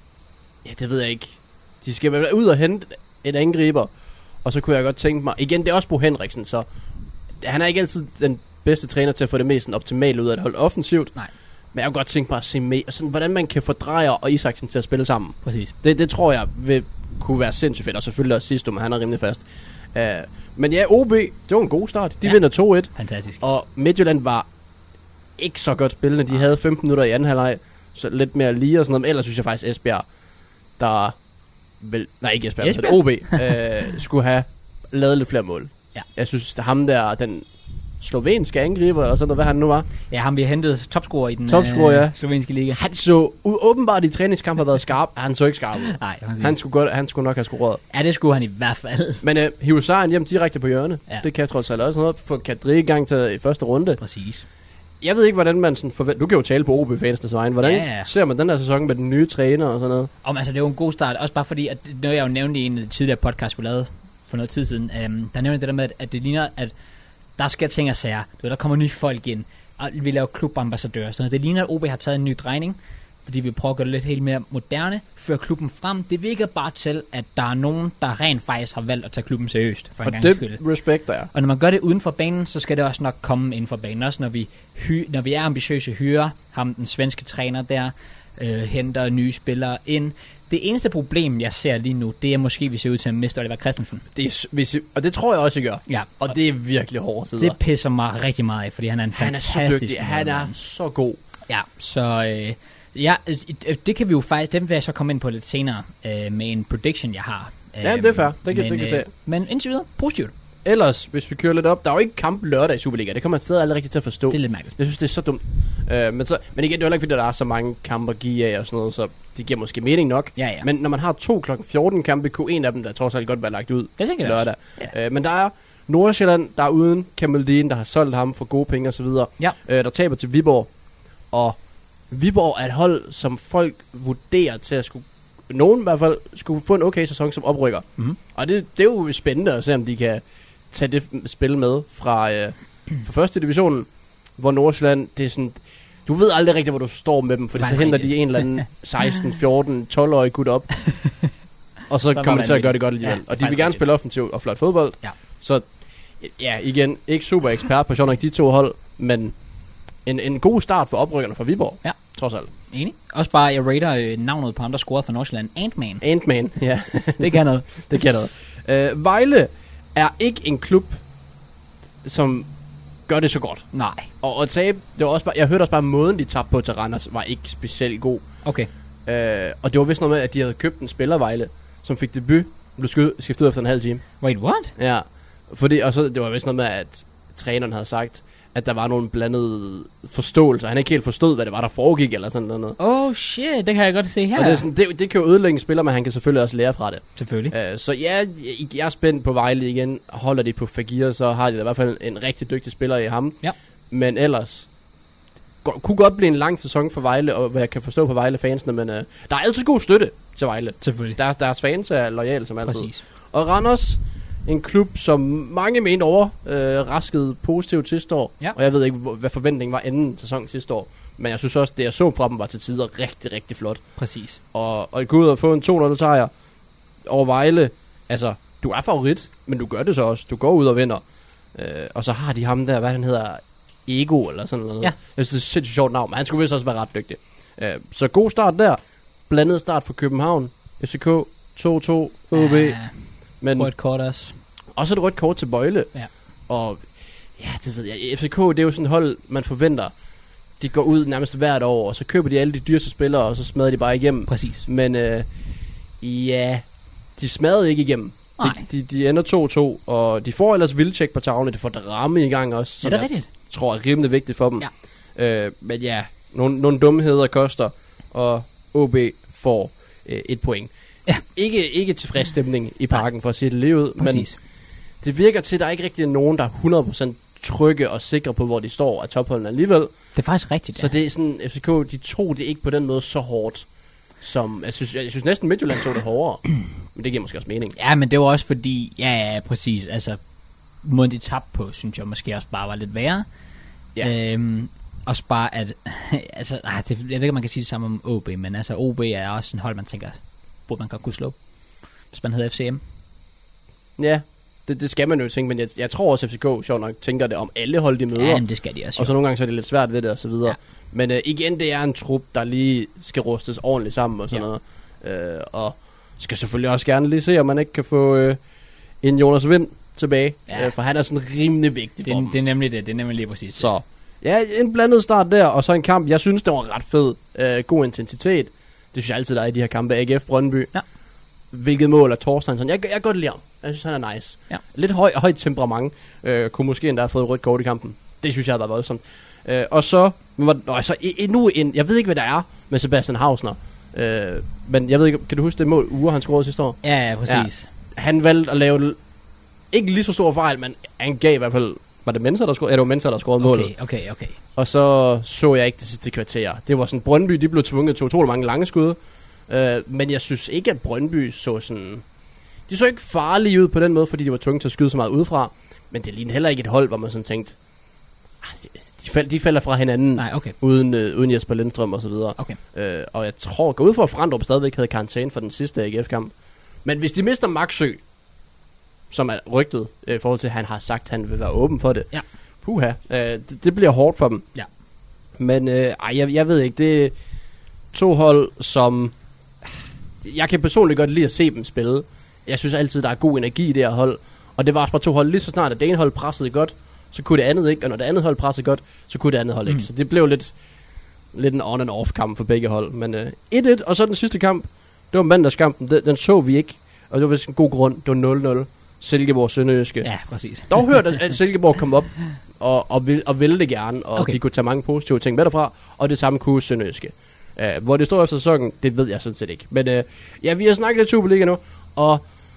ja, det ved jeg ikke. De skal være ud og hente et angriber. Og så kunne jeg godt tænke mig, igen, det er også Bo Henriksen, så han er ikke altid den bedste træner til at få det mest optimale ud af at holde offensivt. Nej. Men jeg kunne godt tænke mig at se med, sådan, hvordan man kan få Dreyer og Isaksen til at spille sammen. Præcis. Det tror jeg vil kunne være sindssygt fedt, og selvfølgelig også sidst, men han er rimelig fast. Men ja, OB, det var en god start. De vinder 2-1. Fantastisk. Og Midtjylland var ikke så godt spillende. De havde 15 minutter i anden halvleg, så lidt mere lige og sådan noget. Men ellers synes jeg faktisk, Esbjerg, der vel, nej ikke Esbjerg, men OB, skulle have lavet lidt flere mål. Ja. Jeg synes, ham der, den slovenske angriber, eller sådan noget, hvad han nu var. Ja, ham vi har hentet topscorer i den slovenske liga. Han så åbenbart i træningskamp har været skarp. Han så ikke skarp ud. Nej, han skulle nok have scoret. Ja, det skulle han i hvert fald. Men hive sejren hjem direkte på hjørne. Ja. Det kan jeg trods alt også noget. Få Kadri i gang til i første runde. Præcis. Jeg ved ikke, hvordan man sådan forventer. Du kan jo tale på OB-fansens vegne. Hvordan ser man den der sæson med den nye træner og sådan noget? Altså, det er jo en god start. Også bare fordi, at når jeg jo nævnte i en tidligere podcast, vi lavede for noget tid siden, der nævnte det der med, at det ligner, at der skal ting og sager. Der kommer nye folk ind, og vi laver klubambassadører. Så det ligner, at OB har taget en ny drejning, fordi vi prøver at gøre det lidt helt mere moderne, føre klubben frem. Det virker bare til, at der er nogen, der rent faktisk har valgt at tage klubben seriøst. For en gang skyld. Respekter jeg. Og når man gør det uden for banen, så skal det også nok komme inden for banen. Også når vi er ambitiøse, hyrer ham, den svenske træner der, henter nye spillere ind. Det eneste problem, jeg ser lige nu, det er måske, vi ser ud til at miste Oliver Christensen. Og det tror jeg også, jeg gør. Ja. Og det er virkelig hårde tider. Det pisser mig rigtig meget af, fordi han er en fantastisk... Han er så dygtig. Han er så god. Ja, så... det kan vi jo faktisk... Dem vil jeg så komme ind på lidt senere med en prediction, jeg har. Ja, det er fair. Det kan det. Men indtil videre, positivt. Ellers, hvis vi kører lidt op, der er jo ikke kamp lørdag i Superliga. Det kommer man stadig aldrig rigtig til at forstå. Det er lidt mærkeligt. Jeg synes, det er så dumt. Men igen, det er heller ikke, fordi der er så mange kampe at give af og sådan noget, så det giver måske mening nok. Ja. Men når man har 2 kl. 14 kampe, kunne en af dem, der trods alt godt være lagt ud lørdag. Ja. Men der er Nordsjælland, der er uden Kamaldin, der har solgt ham for gode penge og så videre. Ja. Der taber til Viborg. Og Viborg er et hold, som folk vurderer til at nogen i hvert fald skulle få en okay sæson som oprykker. Mm-hmm. Og det er jo spændende at se, om de kan tage det spil med fra første divisionen, hvor Nordsjælland, det er sådan, du ved aldrig rigtigt, hvor du står med dem, fordi så henter de en eller anden 16, 14, 12-årig gut op, og så kommer de til at gøre det godt alligevel. Ja, og de vil gerne spille offensivt og flot fodbold. Ja. Så ja, igen, ikke super ekspert på sjovt nok de to hold, men en god start for oprykkerne fra Viborg. Ja. Trods alt. Enig. Også bare, jeg rater navnet på ham, der scorede for Nordsjælland. Ant-Man. Ant-Man, ja. Det kan noget. Det kan noget. Vejle er ikke en klub, som gør det så godt. Nej. Og tabe, det var også bare, jeg hørte også bare, måden de tabte på til Randers var ikke specielt god. Okay. Og det var vist noget med, at de havde købt en spiller Vejle, som fik debut, blev skiftet ud efter en halv time. Wait, what? Ja. Fordi, og så, det var vist noget med, at træneren havde sagt, at der var nogle blandede forståelser. Han ikke helt forstod, hvad det var, der foregik, eller sådan noget. Oh shit, det kan jeg godt se her. Og det, er sådan, det kan jo ødelægge en spiller, men han kan selvfølgelig også lære fra det. Selvfølgelig. Så ja, jeg er spændt på Vejle igen. Holder de på Fagir, så har de i hvert fald en rigtig dygtig spiller i ham. Ja. Men ellers kunne godt blive en lang sæson for Vejle, og hvad jeg kan forstå på Vejle-fansene, men der er altid god støtte til Vejle. Selvfølgelig. Deres fans er loyale som altid. Præcis. Og Randers, en klub, som mange mente raskede positivt sidste år. Ja. Og jeg ved ikke, hvad forventningen var anden sæson sidste år. Men jeg synes også, det jeg så fra dem var til tider rigtig, rigtig flot. Præcis. Og at gå ud og få en 2-0 sejr over Vejle. Altså, du er favorit, men du gør det så også. Du går ud og vinder. Og så har de ham der, hvad han hedder, Ego eller sådan noget. Ja. Jeg synes, det er et sindssygt sjovt navn, men han skulle vist også være ret dygtig. Så god start der. Blandet start for København. FCK 2-2, OB. Men rødt kort også. Også et rødt kort til Bøjle. Ja. Og ja, det ved jeg. FCK, det er jo sådan et hold, man forventer. De går ud nærmest hvert år, og så køber de alle de dyreste spillere, og så smadrer de bare igennem. Præcis. Men ja, de smadrede ikke igennem. De ender 2-2, og de får ellers Vildtjek på tavlen, de får Drame i gang også. Ja, det er rigtigt. Jeg tror er rimelig vigtigt for dem. Ja. Men ja, nogle dumheder koster, og OB får 1 point. Ja. Ikke tilfreds stemning i parken, for at sige det lige ud. Præcis. Men det virker til, at der ikke rigtig er nogen, der er 100% trygge og sikre på, hvor de står af topholdene alligevel. Det er faktisk rigtigt, Så det er sådan, FCK, de tog det ikke på den måde så hårdt, som, jeg synes næsten Midtjylland tog det hårdere. Men det giver måske også mening. Ja, men det var også fordi, ja, præcis, altså, måden de tabte på, synes jeg måske også bare var lidt værre. Ja. Også bare, at, altså, jeg ved ikke, man kan sige det samme om OB, men altså, OB er også en hold, man tænker, hvor man godt kunne slå, hvis man hedder FCM. Ja, det skal man jo tænke, men jeg tror også, FCK, sjovt nok, tænker det om alle hold, de møder. Ja, men det skal de også. Og så nogle gange så er det lidt svært ved det, og så videre. Ja. Men igen, det er en trup, der lige skal rustes ordentligt sammen, og sådan noget. Og skal selvfølgelig også gerne lige se, om man ikke kan få en Jonas Vind tilbage. Ja. For han er sådan rimelig vigtig for dem. Det er nemlig det, det er nemlig lige præcis. Så ja, en blandet start der, og så en kamp, jeg synes, det var ret fed. God intensitet. Det synes jeg altid, der er i de her kampe. AGF Brøndby. Ja. Hvilket mål af Thorsteinsson. Jeg kan godt lide ham. Jeg synes, han er nice. Ja. Lidt højt temperament. Kunne måske endda have fået et rødt kort i kampen. Det synes jeg, der var voldsomt. Og så endnu en, jeg ved ikke, hvad der er med Sebastian Hausner. Men jeg ved ikke, kan du huske det mål, han scorede sidste år? Ja, præcis. Ja. Han valgte at lave ikke lige så stor fejl, men han gav i hvert fald, var det Mensa, der scorede? Ja, det var Mensa, der scorede målet. Okay. Og så jeg ikke det sidste kvarter. Det var sådan, Brøndby, de blev tvunget til utrolig mange lange skud. Men jeg synes ikke, at Brøndby så sådan, de så ikke farlige ud på den måde, fordi de var tvunget til at skyde så meget udefra. Men det lignede heller ikke et hold, hvor man sådan tænkte, de falder fra hinanden. Nej, okay. uden Jesper Lindstrøm og så videre. Okay. Og jeg tror, gå ud for at Frandrup stadigvæk havde karantæne for den sidste AGF-kamp. Men hvis de mister Maxø, som er rygtet i forhold til, at han har sagt, at han vil være åben for det. Ja. Det bliver hårdt for dem. Ja. Men jeg ved ikke, To hold, som... Jeg kan personligt godt lide at se dem spille. Jeg synes altid, der er god energi i det her hold. Og det var også bare to hold lige så snart, at det ene hold pressede godt, så kunne det andet ikke. Og når det andet hold pressede godt, så kunne det andet hold ikke. Så det blev lidt en on and off kamp for begge hold. Men 1-1, og så den sidste kamp. Det var mandagskampen, den så vi ikke. Og det var vist en god grund, det var 0-0. Silkeborg Sønderjyske. Ja, præcis. Dog hørt, at Silkeborg kom op og ville det gerne, og de kunne tage mange positive ting med derfra, og det samme kunne Sønderjyske. Hvor det står efter sæsonen, det ved jeg sådan set ikke. Men vi har snakket lidt Superliga nu, og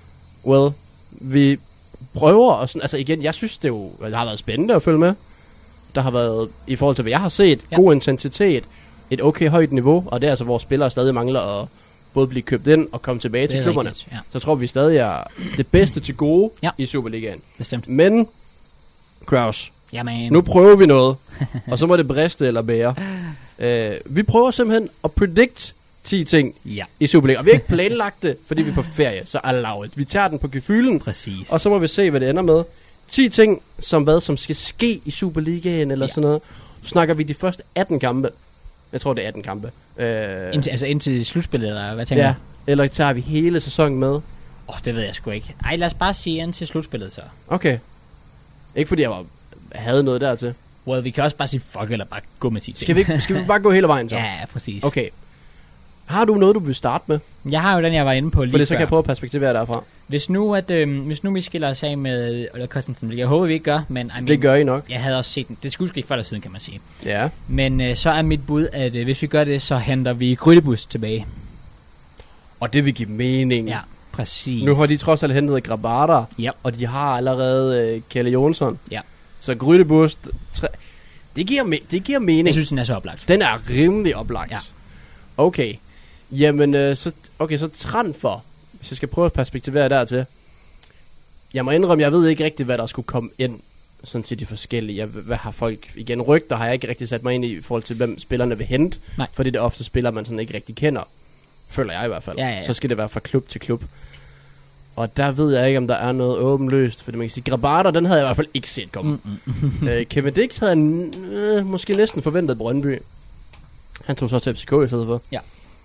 vi prøver, og sådan, altså igen, jeg synes det har været spændende at følge med. Der har været, i forhold til hvad jeg har set, god intensitet, et okay højt niveau, og det er altså, hvor spillere stadig mangler at både blive købt ind og komme tilbage til klubberne. Rigtigt, ja. Så tror vi stadig er det bedste til gode i Superligaen. Bestemt. Men, Kraus, nu prøver vi noget, og så må det briste eller bære. Vi prøver simpelthen at predict 10 ting i Superligaen. Og vi har ikke planlagt det, fordi vi er på ferie, så allow it. Vi tager den på gefylen, og så må vi se, hvad det ender med. 10 ting, som skal ske i Superligaen, eller sådan noget. Så snakker vi de første 18 kampe. Jeg tror, det er 18 kampe. Indtil slutspillet, eller hvad tænker du? Eller tager vi hele sæsonen med? Det ved jeg sgu ikke. Ej, lad os bare sige indtil slutspillet så. Okay. Ikke fordi jeg havde noget dertil. Vi kan også bare sige fuck, eller bare gå med 10 ting. Skal vi bare gå hele vejen så? Ja, præcis. Okay. Har du noget, du vil starte med? Jeg har jo den, jeg var inde på lige før. Så kan jeg prøve at perspektivere derfra. Hvis nu vi skiller os af med Oliver Christensen, jeg håber vi ikke gør, men det gør I nok. Jeg havde også set den. Det skulle ske før eller siden, kan man sige. Ja. Men så er mit bud, at hvis vi gør det, så henter vi Grydebus tilbage. Og det vil give mening. Ja, præcis. Nu har de trods alt hentet Grabara, og de har allerede Kjelle Jonsson. Ja. Så Grydebus, det giver mening. Jeg synes, den er så oplagt. Den er rimelig oplagt. Ja. Okay. Jamen, så transfer, hvis jeg skal prøve at perspektivere dertil. Jeg må indrømme, jeg ved ikke rigtig, hvad der skulle komme ind sådan til de forskellige. Hvad har folk, igen rygter har jeg ikke rigtig sat mig ind i forhold til, hvem spillerne vil hente. Nej. Fordi det er ofte spillere, man sådan ikke rigtig kender. Føler jeg i hvert fald. Ja. Så skal det være fra klub til klub. Og der ved jeg ikke, om der er noget åbenløst. Fordi man kan sige, Grabara, den havde jeg i hvert fald ikke set komme. Kevin Dix havde måske næsten forventet Brøndby. Han tog så til FCK i stedet for. Ja.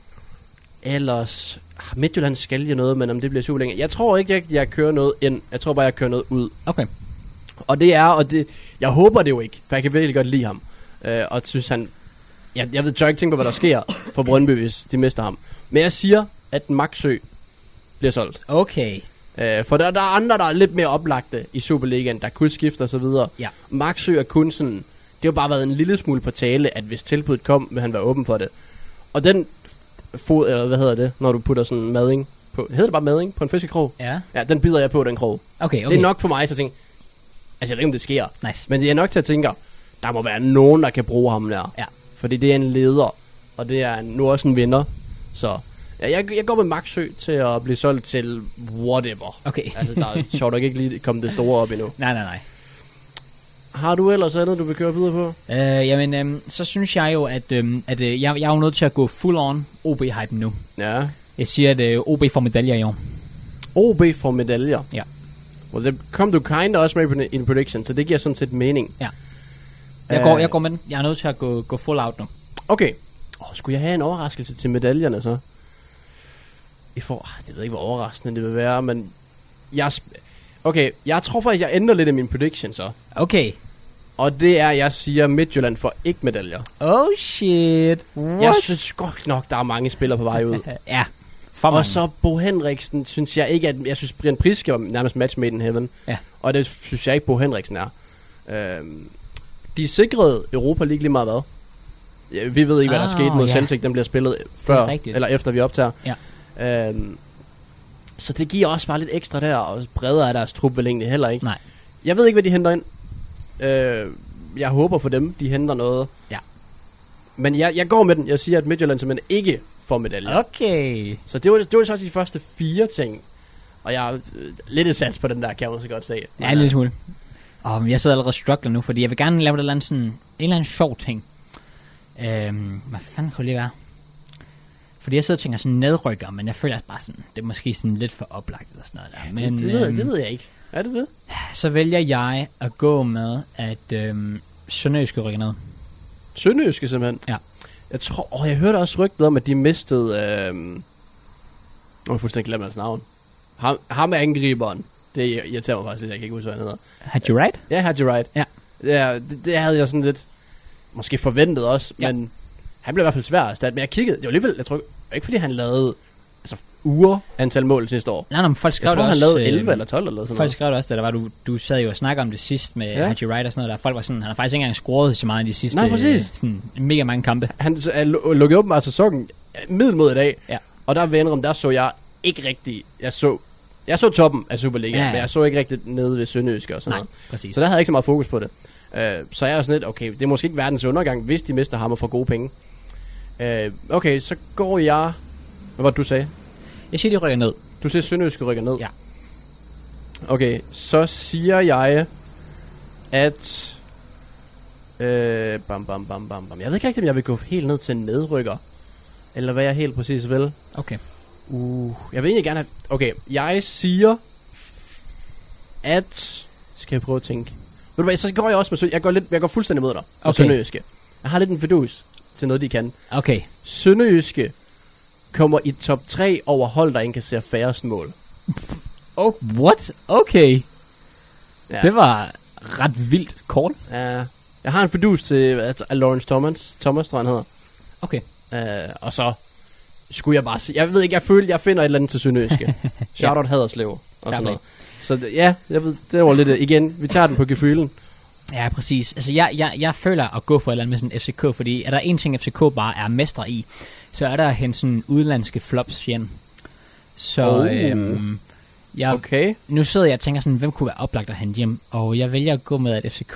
Ellers Midtjylland skal jo noget, men om det bliver super længe. Jeg tror ikke, jeg kører noget ind. Jeg tror bare, jeg kører noget ud. Okay. Og jeg håber det jo ikke, for jeg kan virkelig godt lide ham. Og synes han... Jeg ved ikke tænke på, hvad der sker for Brøndby, hvis de mister ham. Men jeg siger, at Maxø bliver solgt. Okay. For der er andre, der er lidt mere oplagte i Superligaen, der kunne skifte og så videre. Ja. Maxø er kun sådan... Det har bare været en lille smule på tale, at hvis tilbuddet kom, vil han være åben for det. Og den fod, eller hvad hedder det, når du putter sådan en mading på... Hedder det bare mading på en fiskekrog? Ja. Ja, den bider jeg på, den krog. Okay. Det er nok for mig til at tænke... Altså, jeg ved ikke, om det sker. Nice. Men det er nok til at tænke, der må være nogen, der kan bruge ham der. Ja. Fordi det er en leder, og det er nu også en vinder. Så jeg går med Maxø til at blive solgt til whatever. Okay. Altså, der er sjovt nok ikke lige kommet det store op endnu. Nej. Har du ellers andet, du vil køre videre på? Så synes jeg jo, at jeg er jo nødt til at gå full on OB-hypen nu. Ja. Jeg siger, at OB får medaljer i år. OB får medaljer? Ja. Well, det kom du kinda også med i en prediction, så det giver sådan set mening. Ja. Jeg går med den. Jeg er nødt til at gå full out nu. Okay. Skulle jeg have en overraskelse til medaljerne så? Det ved ikke, hvor overraskende det vil være, men... jeg tror faktisk, jeg ændrer lidt af min prediction så. Okay. Og det er, jeg siger, Midtjylland får ikke medaljer. Oh shit. What? Jeg synes godt nok, der er mange spillere på vej ud. Ja. Og så Bo Henriksen, synes jeg ikke, at... Jeg synes, Brian Priske var nærmest match made in heaven. Ja. Og det synes jeg ikke, Bo Henriksen er. De sikrede Europa League lige meget hvad. Ja, vi ved ikke, hvad der er sket mod Celtic. Den bliver spillet før eller efter, vi optager. Ja. Så det giver også bare lidt ekstra der, og bredere af deres trup vel egentlig heller ikke. Nej. Jeg ved ikke, hvad de henter ind. Jeg håber for dem, de henter noget. Ja. Men jeg går med den. Jeg siger, at Midtjylland simpelthen ikke får medaljer. Okay. Så det var så de første 4 ting. Og jeg er lidt sats på den der, kan jeg også godt sige. Ja, lidt smule. Jeg sidder allerede og struggler nu, fordi jeg vil gerne lave en eller anden sjov ting. Hvad fanden kunne det være? Fordi jeg sidder og tænker sådan nedrykker, men jeg føler bare sådan, det er måske sådan lidt for oplagt eller sådan noget der. Men, det ved jeg ikke. Er det det? Så vælger jeg at gå med, at Sønderjyske rykker ned. Sønderjyske simpelthen? Ja. Jeg hørte også rygtet om, at de mistede... jeg fuldstændig glemt hans navn. Ham er angriberen. Det irriterer mig faktisk, at jeg kan ikke huske, hvad han hedder. Haji Wright? Ja, Haji Wright. Ja. Det havde jeg sådan lidt... Måske forventet også, men... Han blev i hvert fald svær at erstatte. Men jeg kiggede... Det var alligevel... Jeg tror ikke, fordi han lavede... antal mål sidste år. Nej, men folk skrev jeg tror, det han også, lavede 11 eller 12 eller sådan folk noget. Folk skrev det også, da der var, du sad jo og snakkede om det sidst med Haji Wright og sådan noget, der folk var sådan, han har faktisk ikke engang scoret så meget i de sidste, sådan mega mange kampe. Han lukkede op med sæsonen middel mod i dag, og der ved der så jeg ikke rigtig, jeg så toppen af Superligaen, men jeg så ikke rigtig nede ved Sønderjyske og sådan noget. Præcis. Så der havde jeg ikke så meget fokus på det. Så jeg er sådan lidt, okay, det er måske ikke verdens undergang, hvis de mister ham og får gode penge. Okay, så går jeg... Hvad var det, du sagde? Jeg siger, de rykker ned. Du siger, Sønderjyske rykker ned? Ja. Okay, så siger jeg, at... Jeg ved ikke rigtig, om jeg vil gå helt ned til nedrykker. Eller hvad jeg helt præcis vil. Okay. Jeg vil egentlig gerne have... Okay, jeg siger, at... Skal jeg prøve at tænke? Ved du hvad, så går jeg også med... Jeg går fuldstændig mod dig. Okay. Sønderjyske. Jeg har lidt en fidus til noget, de kan. Okay. Sønderjyske kommer i top 3 over hold, der indkasserer færrest mål. Oh, what? Okay. Ja. Det var ret vildt kort. Ja. Jeg har en fidus til Lawrence Thomas, tror han hedder. Okay. Og så skulle jeg bare sige... Jeg ved ikke, jeg finder et eller andet til Sønderjyske. Shoutout Haderslev og sådan noget. Så ja, jeg ved, det var lidt... Igen, vi tager den på gefylen. Ja, præcis. Altså, jeg føler at gå for et eller andet med sådan FCK, fordi er der en ting, FCK bare er mestre i, så er der hen sådan udenlandske flops igen. Så okay. Nu sidder jeg og tænker sådan, hvem kunne være oplagt at hente hjem, og jeg vælger at gå med, at FCK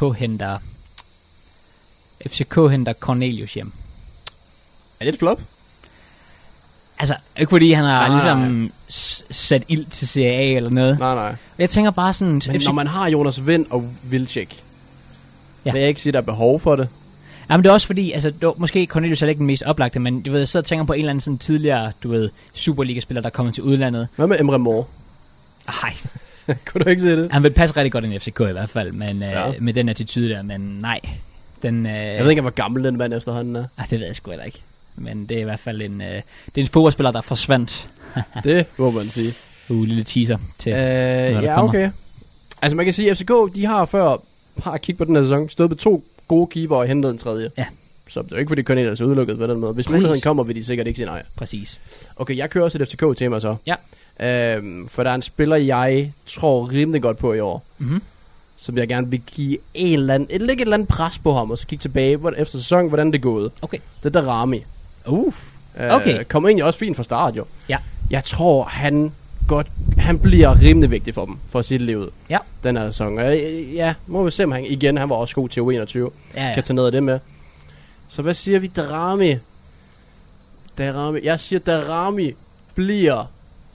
henter Cornelius hjem. Er det et flop? Altså, ikke fordi han har ligesom sat ild til CAA eller noget. Nej. Jeg tænker bare sådan... Men når man har Jonas Vind og Wilczek, vil jeg ikke sige, der er behov for det. Jamen det er også fordi, altså måske Cornelius er ikke den mest oplagte, men du ved, jeg sidder og tænker på en eller anden sådan tidligere, du ved, Superliga-spiller, der kommer til udlandet. Hvad med Emre Mor? Ej. Kunne du ikke se det? Han vil passe rigtig godt i FCK i hvert fald, men med den attitude der, men nej. Jeg ved ikke, hvor gammel den mand efterhånden er. Det ved jeg sgu heller ikke. Men det er i hvert fald det er en fodboldspiller, der forsvandt. Det må man sige. Lille teaser til ja, okay. Altså man kan sige, at FCK, de har før kigget på den her sæson, stået med 2 gode keeper og hentet en tredje. Ja. Så det er ikke fordi Cornelius er udelukket på den måde. Hvis muligheden kommer, vil de sikkert ikke sige nej. Præcis. Okay, jeg kører også et FCK-tema så. Ja. For der er en spiller, jeg tror rimelig godt på i år. Mm-hmm. Som jeg gerne vil give et eller andet pres på ham, og så kigge tilbage efter sæsonen, hvordan det er gået. Okay. Det er Darami. Okay. Kommer egentlig også fint fra start, jo. Ja. Jeg tror, han bliver rimelig vigtig for dem, for at sige det lige ud. Ja. Den her sæson. Ja, må vi se, om han var også god til U21. Ja. Kan tage noget af det med. Så hvad siger vi? Darami. Jeg siger, Darami bliver...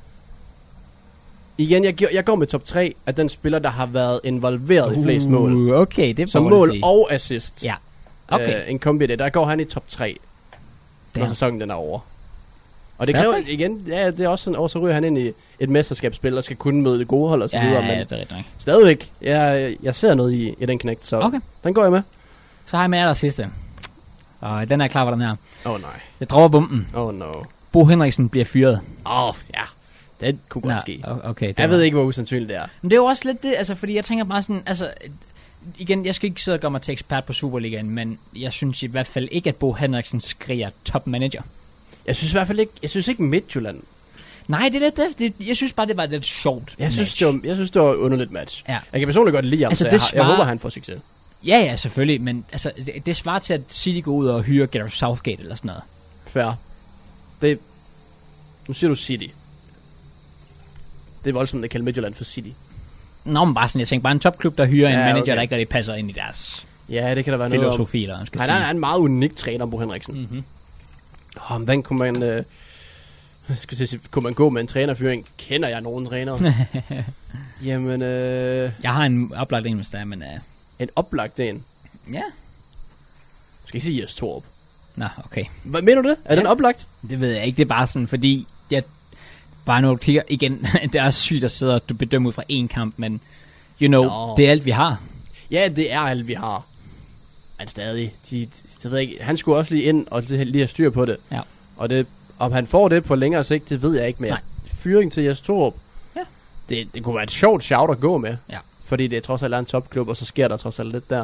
Igen, jeg går med top 3 af den spiller, der har været involveret i flest mål. Okay, det så mål og assist. Ja. Okay. En kombi af det. Der går han i top 3. Når sæsonen den er over. Og det kræver igen, ja, det er også sådan, og så ryger han ind i et mesterskabsspil, og skal kunne møde det gode hold og så videre. Men det er rigtigt nok. Stadigvæk, jeg ser noget i den knægt, så den går jeg med. Så har jeg med aller sidste. Og den er klar for den her. Nej. Jeg dropper bomben. No. Bo Henriksen bliver fyret. Ja. Det kunne godt ske. Okay, jeg ved ikke, hvor usandsynligt det er. Men det er jo også lidt det, altså, fordi jeg tænker bare sådan, altså, igen, jeg skal ikke sidde og gøre mig til ekspert på Superligaen, men jeg synes i hvert fald ikke, at Bo Henriksen skriger top manager. Jeg synes i hvert fald ikke Midtjylland. Nej, det er lidt det. Jeg synes bare, det var lidt sjovt. Jeg synes, det var et underligt match. Ja. Jeg kan personligt godt lide ham, altså, så jeg håber, han får succes. Ja, selvfølgelig, men altså, det svarer til, at City går ud og hyrer Gareth Southgate eller sådan noget. Fair. Nu siger du City. Det er voldsomt at kalde Midtjylland for City. Nå, men bare sådan, jeg tænker bare en topklub, der hyrer en manager, der ikke rigtig passer ind i deres det kan der være noget om. Filosofi, eller han er en meget unik træner, Bo Henriksen. Mm-hmm. Hvordan kunne man... kunne man gå med en trænerfyring? Kender jeg nogen trænere? Jamen... Jeg har en oplagt en, hvis der er, men... En oplagt en? Ja. Skal ikke sige Jes Torup? Nå, okay. Hvad mener du det? Er den oplagt? Det ved jeg ikke, det er bare sådan, fordi... Bare når du kigger igen, det er sygt at sidde og bedømme ud fra én kamp, men det er alt vi har. Ja, det er alt vi har. Men stadig, det ved jeg ikke, han skulle også lige ind og lige have styr på det. Ja. Og det, om han får det på længere sigt, det ved jeg ikke mere. Fyring til Jes Torup, det kunne være et sjovt shout at gå med. Ja. Fordi det er trods alt en topklub, og så sker der trods alt lidt der.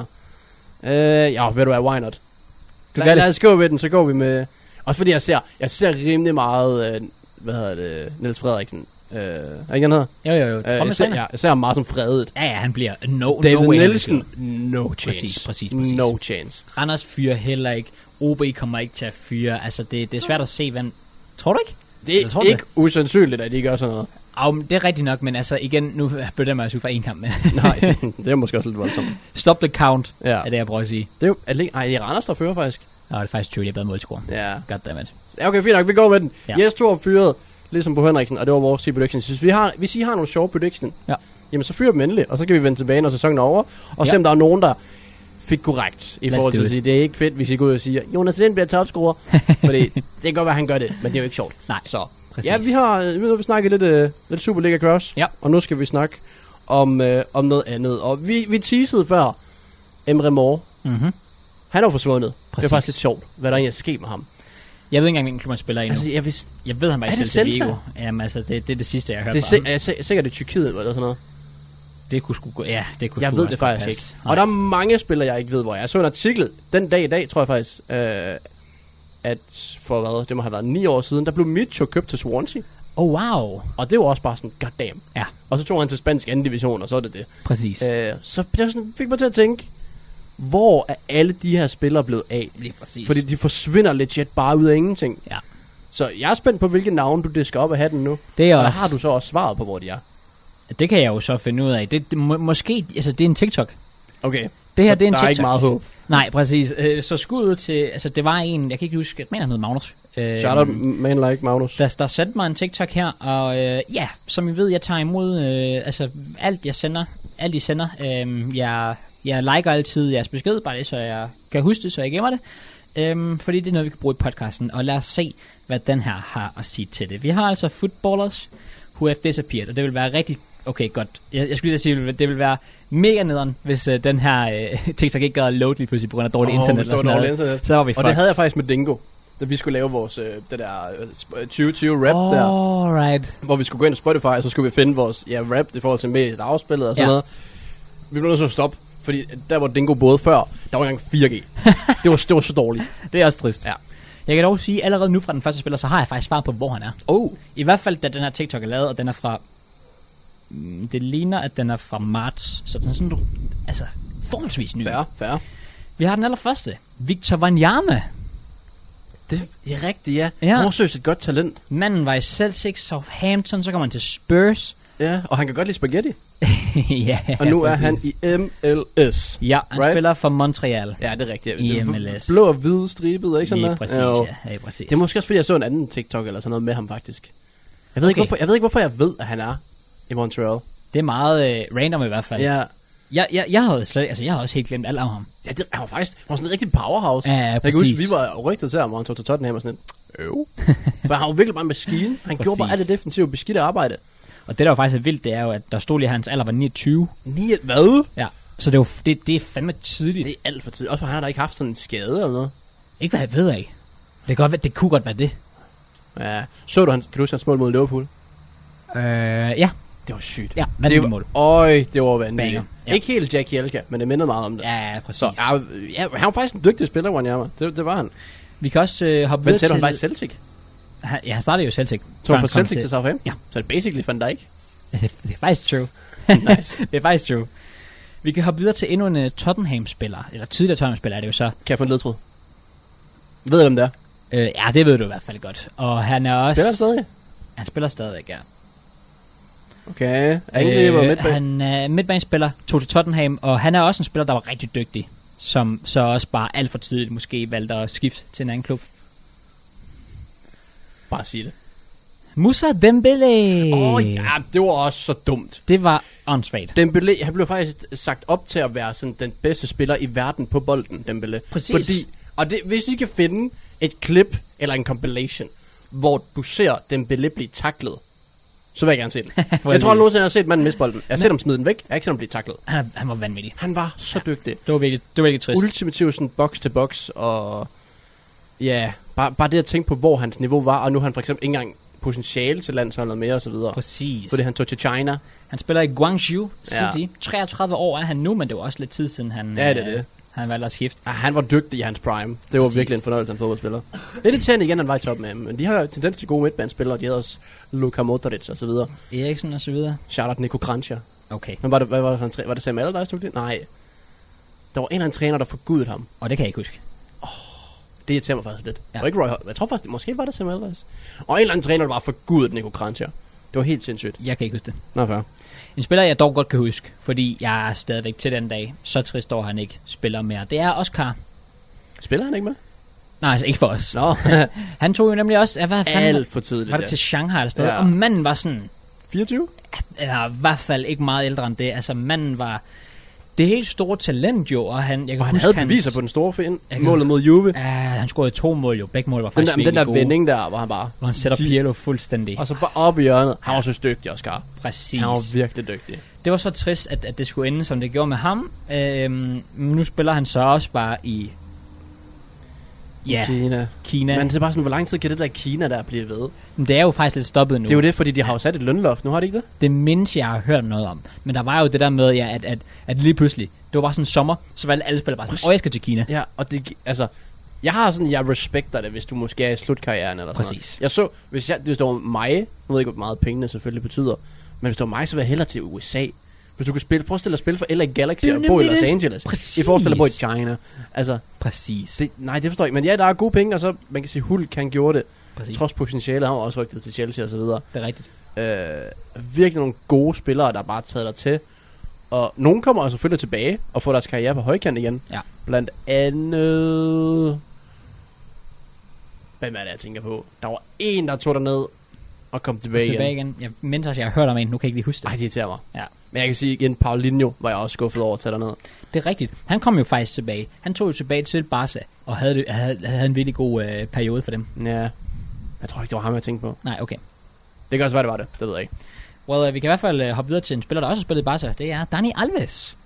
Ved du hvad, why not? Lad os gå ved den, så går vi med... Også fordi jeg ser rimelig meget, Niels Frederiksen. Er ikke han hedder? Jo. Jeg ser ham meget som fredet. Ja, han bliver David Nielsen, no chance. Præcis. No chance. Randers fyrer heller ikke. OB kommer ikke til at fyre. Altså, det er svært at se, hvem... Tror du ikke? Det er ikke usandsynligt, at de gør sådan noget. Det er rigtigt nok, men altså igen, nu bøder man altså ud fra en kamp med. Nej, det er måske også lidt voldsomt. Stop the count, er det jeg prøver at sige. Det er jo, det er Randers, der fører faktisk. Nå, det er faktisk 20, jeg er bedre målscore. Ja. Goddammit. Ja, okay, fint nok, vi går med den. Ja. Jes Torup fyret, ligesom på Henriksen, og det var vores 10 predictions. Hvis I har nogle sjove predictions, jamen så fyrer dem endelig, og så kan vi vende tilbage, når sæsonen er over, og se om der er nogen, der fik korrekt i forhold til at sige, det er ikke fedt, hvis I går ud og siger, Jonas Lind bliver topscorer, fordi det kan godt være, han gør det, men det er jo ikke sjovt. Nej, så. Præcis. Ja, vi har snakket lidt Superliga Cross, og nu skal vi snakke om noget andet. Og vi teasede før Emre Mor. Mm-hmm. Han er jo forsvundet. Præcis. Det er faktisk lidt sjovt, hvad der egentlig er sket med ham. Jeg ved ikke engang, hvilken klub han spiller endnu. Altså, jeg ved, han var i Celta Vigo. Jamen, altså, det er det sidste, jeg har hørt fra ham. Det er sikkert i Tyrkiet eller sådan noget. Det kunne sgu gå. Ja, det kunne. Jeg ved det faktisk ikke. Nej. Og der er mange spillere, jeg ikke ved, hvor jeg så en artikel den dag i dag, tror jeg faktisk, at for hvad, det må have været 9 år siden, der blev Mitcho købt til Swansea. Oh, wow. Og det var også bare sådan, goddamn. Ja. Og så tog han til spansk anden division, og så er det det. Præcis. Så det sådan, fik mig til at tænke, hvor er alle de her spillere blevet af? Lige præcis. Fordi de forsvinder legit bare ud af ingenting. Ja. Så jeg er spændt på, hvilke navne du disker op af hatten nu. Det er og også. Har du så også svaret på, hvor de er? Det kan jeg jo så finde ud af. Det måske, altså det er en TikTok. Okay. Det her, så det er en der TikTok. Er ikke meget håb. Nej, præcis. Så skud ud til, altså det var en, jeg kan ikke huske, men han hed Magnus. Shout out man like Magnus. Der sendte mig en TikTok her, og som I ved, jeg tager imod altså alt I sender. Jeg liker altid jeres besked, bare det, så jeg kan huske det, så jeg gemmer det. Fordi det er noget, vi kan bruge i podcasten, og lad os se, hvad den her har at sige til det. Vi har altså footballers who have disappeared, og det vil være rigtig, okay, godt. Jeg skulle lige sige, det vil være mega nederen, hvis den her TikTok ikke gad load lige pludselig på grund af dårligt internet. Så var vi fucked. Og det havde jeg faktisk med Dingo, da vi skulle lave vores det der 2020 rap der. Right. Hvor vi skulle gå ind på Spotify, og så skulle vi finde vores rap i forhold til mest afspillet og sådan noget. Vi blev nødt til at stoppe, fordi der hvor Dingo boede før, der var engang 4G. det var så dårligt. Det er også trist. Ja. Jeg kan dog sige, allerede nu fra den første spiller, så har jeg faktisk svaret på, hvor han er. I hvert fald, da den her TikTok er lavet, og den er fra... Det ligner, at den er fra marts. Så den er sådan, altså, forholdsvis ny. Fair. Vi har den allerførste. Victor Wanyama. Det er rigtigt, ja. Horsøs et godt talent. Manden var i Celtic, Southampton, så kommer han til Spurs. Ja, og han kan godt lide spaghetti. Ja. Og nu er han i MLS. Ja, han spiller for Montreal. Ja, det er rigtigt. I MLS. Blå og hvide stribet, ikke sådan der? Præcis, ja, præcis. Det er måske også, fordi jeg så en anden TikTok eller sådan noget med ham, faktisk. Jeg ved ikke, hvorfor jeg ved, at han er i Montreal. Det er meget random i hvert fald. Ja. Jeg havde også helt glemt alt om ham. Ja, han var sådan en rigtig powerhouse. Ja, præcis. Jeg kan huske, vi var rygtet til ham, og han tog til Tottenham og sådan For han var virkelig bare en maskine. Han gjorde bare alt det defensive beskidte arbejde. Og det der var faktisk vildt, det er jo, at der stod lige, at hans alder var 29. Hvad? Ja, så det er fandme tidligt. Det er alt for tidligt. Også for han har da ikke haft sådan en skade eller noget. Ikke hvad jeg ved af. Det kunne godt være det. Ja. Så du kan du huske hans mål mod Liverpool? Ja. Det var sygt. Ja, vanvittigt mål. Det var vanvittigt. Ja. Ikke helt Jack Jelka, men det mindede meget om det. Ja, præcis. Så han var faktisk en dygtig spiller, Wanyama. Det var han. Vi kan også hoppe videre til... Men han var i Celtic? Ja, han startede jo Celtic. Så han fra Celtic til Southampton? Ja. Så er det basically Van Dijk? Det er faktisk true. Nice. Det er faktisk true. Vi kan hoppe videre til endnu en Tottenham-spiller. Eller tidligere Tottenham-spiller er det jo så. Kan jeg få en ledtråd? Ved du, hvem det er? Ja, det ved du i hvert fald godt. Og han er også... Spiller han stadig? Han spiller stadigvæk, ja. Okay. Han er midtbanespiller, tog til Tottenham, og han er også en spiller, der var rigtig dygtig. Som så også bare alt for tidligt måske valgte at skifte til en anden klub. Bare sig det. Moussa Dembélé. Ja, det var også så dumt. Det var åndssvagt. Dembélé, han blev faktisk sagt op til at være sådan den bedste spiller i verden på bolden, Dembélé. Præcis. Hvis I kan finde et klip eller en compilation, hvor du ser Dembélé blive taklet, så vil jeg gerne se den. Jeg tror aldrig nogensinde, jeg har set manden miste bolden. Jeg har set ham smide den væk. Jeg har ikke set ham blive taklet. Han var vanvittig. Han var så dygtig. Det var virkelig trist. Ultimativt sådan box til box, og ja, bare det at tænke på, hvor hans niveau var, og nu har han for eksempel ikke engang potentiale til landsholdet mere og så videre. Præcis. Fordi han tog til China. Han spiller i Guangzhou City. 33 år er han nu, men det var også lidt tid siden, han valgte at skifte. Han var dygtig i hans prime. Det var virkelig en fornøjelse, han fodboldspiller. Lidt irriterende igen, han var i toppen af, men de har tendens til gode midtbanespillere. De havde også Luka Modric og så videre. Eriksen og så videre. Charlotte Nico Kranjčar. Okay. Men var det Sam Allardyce, tog det? Nej. Der var en eller anden træner, der forgudede ham. Og det kan jeg ikke huske. Det irriterer mig faktisk lidt. Ja. Og ikke Roy Hodgson. Jeg tror faktisk, måske var det Sam Allardyce. Og en eller anden træner, der var forgudet Nico Kranjčar. Det var helt sindssygt. Jeg kan ikke huske det. Nå, fair. En spiller, jeg dog godt kan huske, fordi jeg er stadigvæk til den dag, så trist over, han ikke spiller mere. Det er Oscar. Spiller han ikke med? Nej, altså ikke for os. Nå. Han tog jo nemlig også, hvad fanden alt for tidligt. var det til Shanghai eller sådan noget, og manden var sådan 24? Eller i hvert fald ikke meget ældre end det. Altså manden var det helt store talent jo, og han havde beviser på den store fin. Målet mod Juve. Han scorede 2 mål jo. Begge mål var faktisk den der vending der, hvor han bare... Hvor han sætter Pirlo fuldstændig. Og så bare op i hjørnet. Han var så dygtig, Oscar. Præcis. Han var virkelig dygtig. Det var så trist, at det skulle ende, som det gjorde med ham. Nu spiller han så også bare i... Kina. Men det er bare sådan, hvor lang tid kan det der Kina der blive ved? Men det er jo faktisk lidt stoppet nu. Det er jo det, fordi de har jo sat et lønloft. Nu har de ikke det? Det mindst, jeg har hørt noget om. Men der var jo det der med, at lige pludselig, det var bare sådan en sommer, så var alle spillere bare sådan, jeg skal til Kina. Ja, og det, altså, jeg respekter det, hvis du måske er i slutkarrieren eller sådan Præcis. noget. Hvis det var mig, jeg ved ikke, hvor meget pengene selvfølgelig betyder, men hvis det var mig, så ville jeg hellere til USA. Hvis du kunne forestil dig at spille for LA Galaxy og bo i Los Angeles. Præcis. I forestiller at bo i China. Altså, præcis. Det forstår jeg ikke. Men ja, der er gode penge, og så man kan sige, Hulk, han gjorde det. Præcis. Trods potentiale, han var også rygtet til Chelsea og så videre. Det er rigtigt. Virkelig nogle gode spillere, der bare taget der til. Og nogen kommer altså selvfølgelig tilbage og får deres karriere på højkant igen. Ja. Blandt andet... Hvem er det, jeg tænker på? Der var en, der tog derned og kom tilbage igen. Jeg mindre, jeg har hørt om en, nu kan jeg ikke lige huske det. Ej, det irriterer mig. Ja. Men jeg kan sige igen, Paulinho var jeg også skuffet over at tage derned. Det er rigtigt. Han kom jo faktisk tilbage. Han tog jo tilbage til Barca, og havde en virkelig god periode for dem. Ja. Jeg tror ikke, det var ham, jeg tænkte på. Nej, okay. Det kan også være, det var det. Det ved jeg ikke. Well, vi kan i hvert fald hoppe videre til en spiller, der også har spillet i Barca. Det er Dani Alves.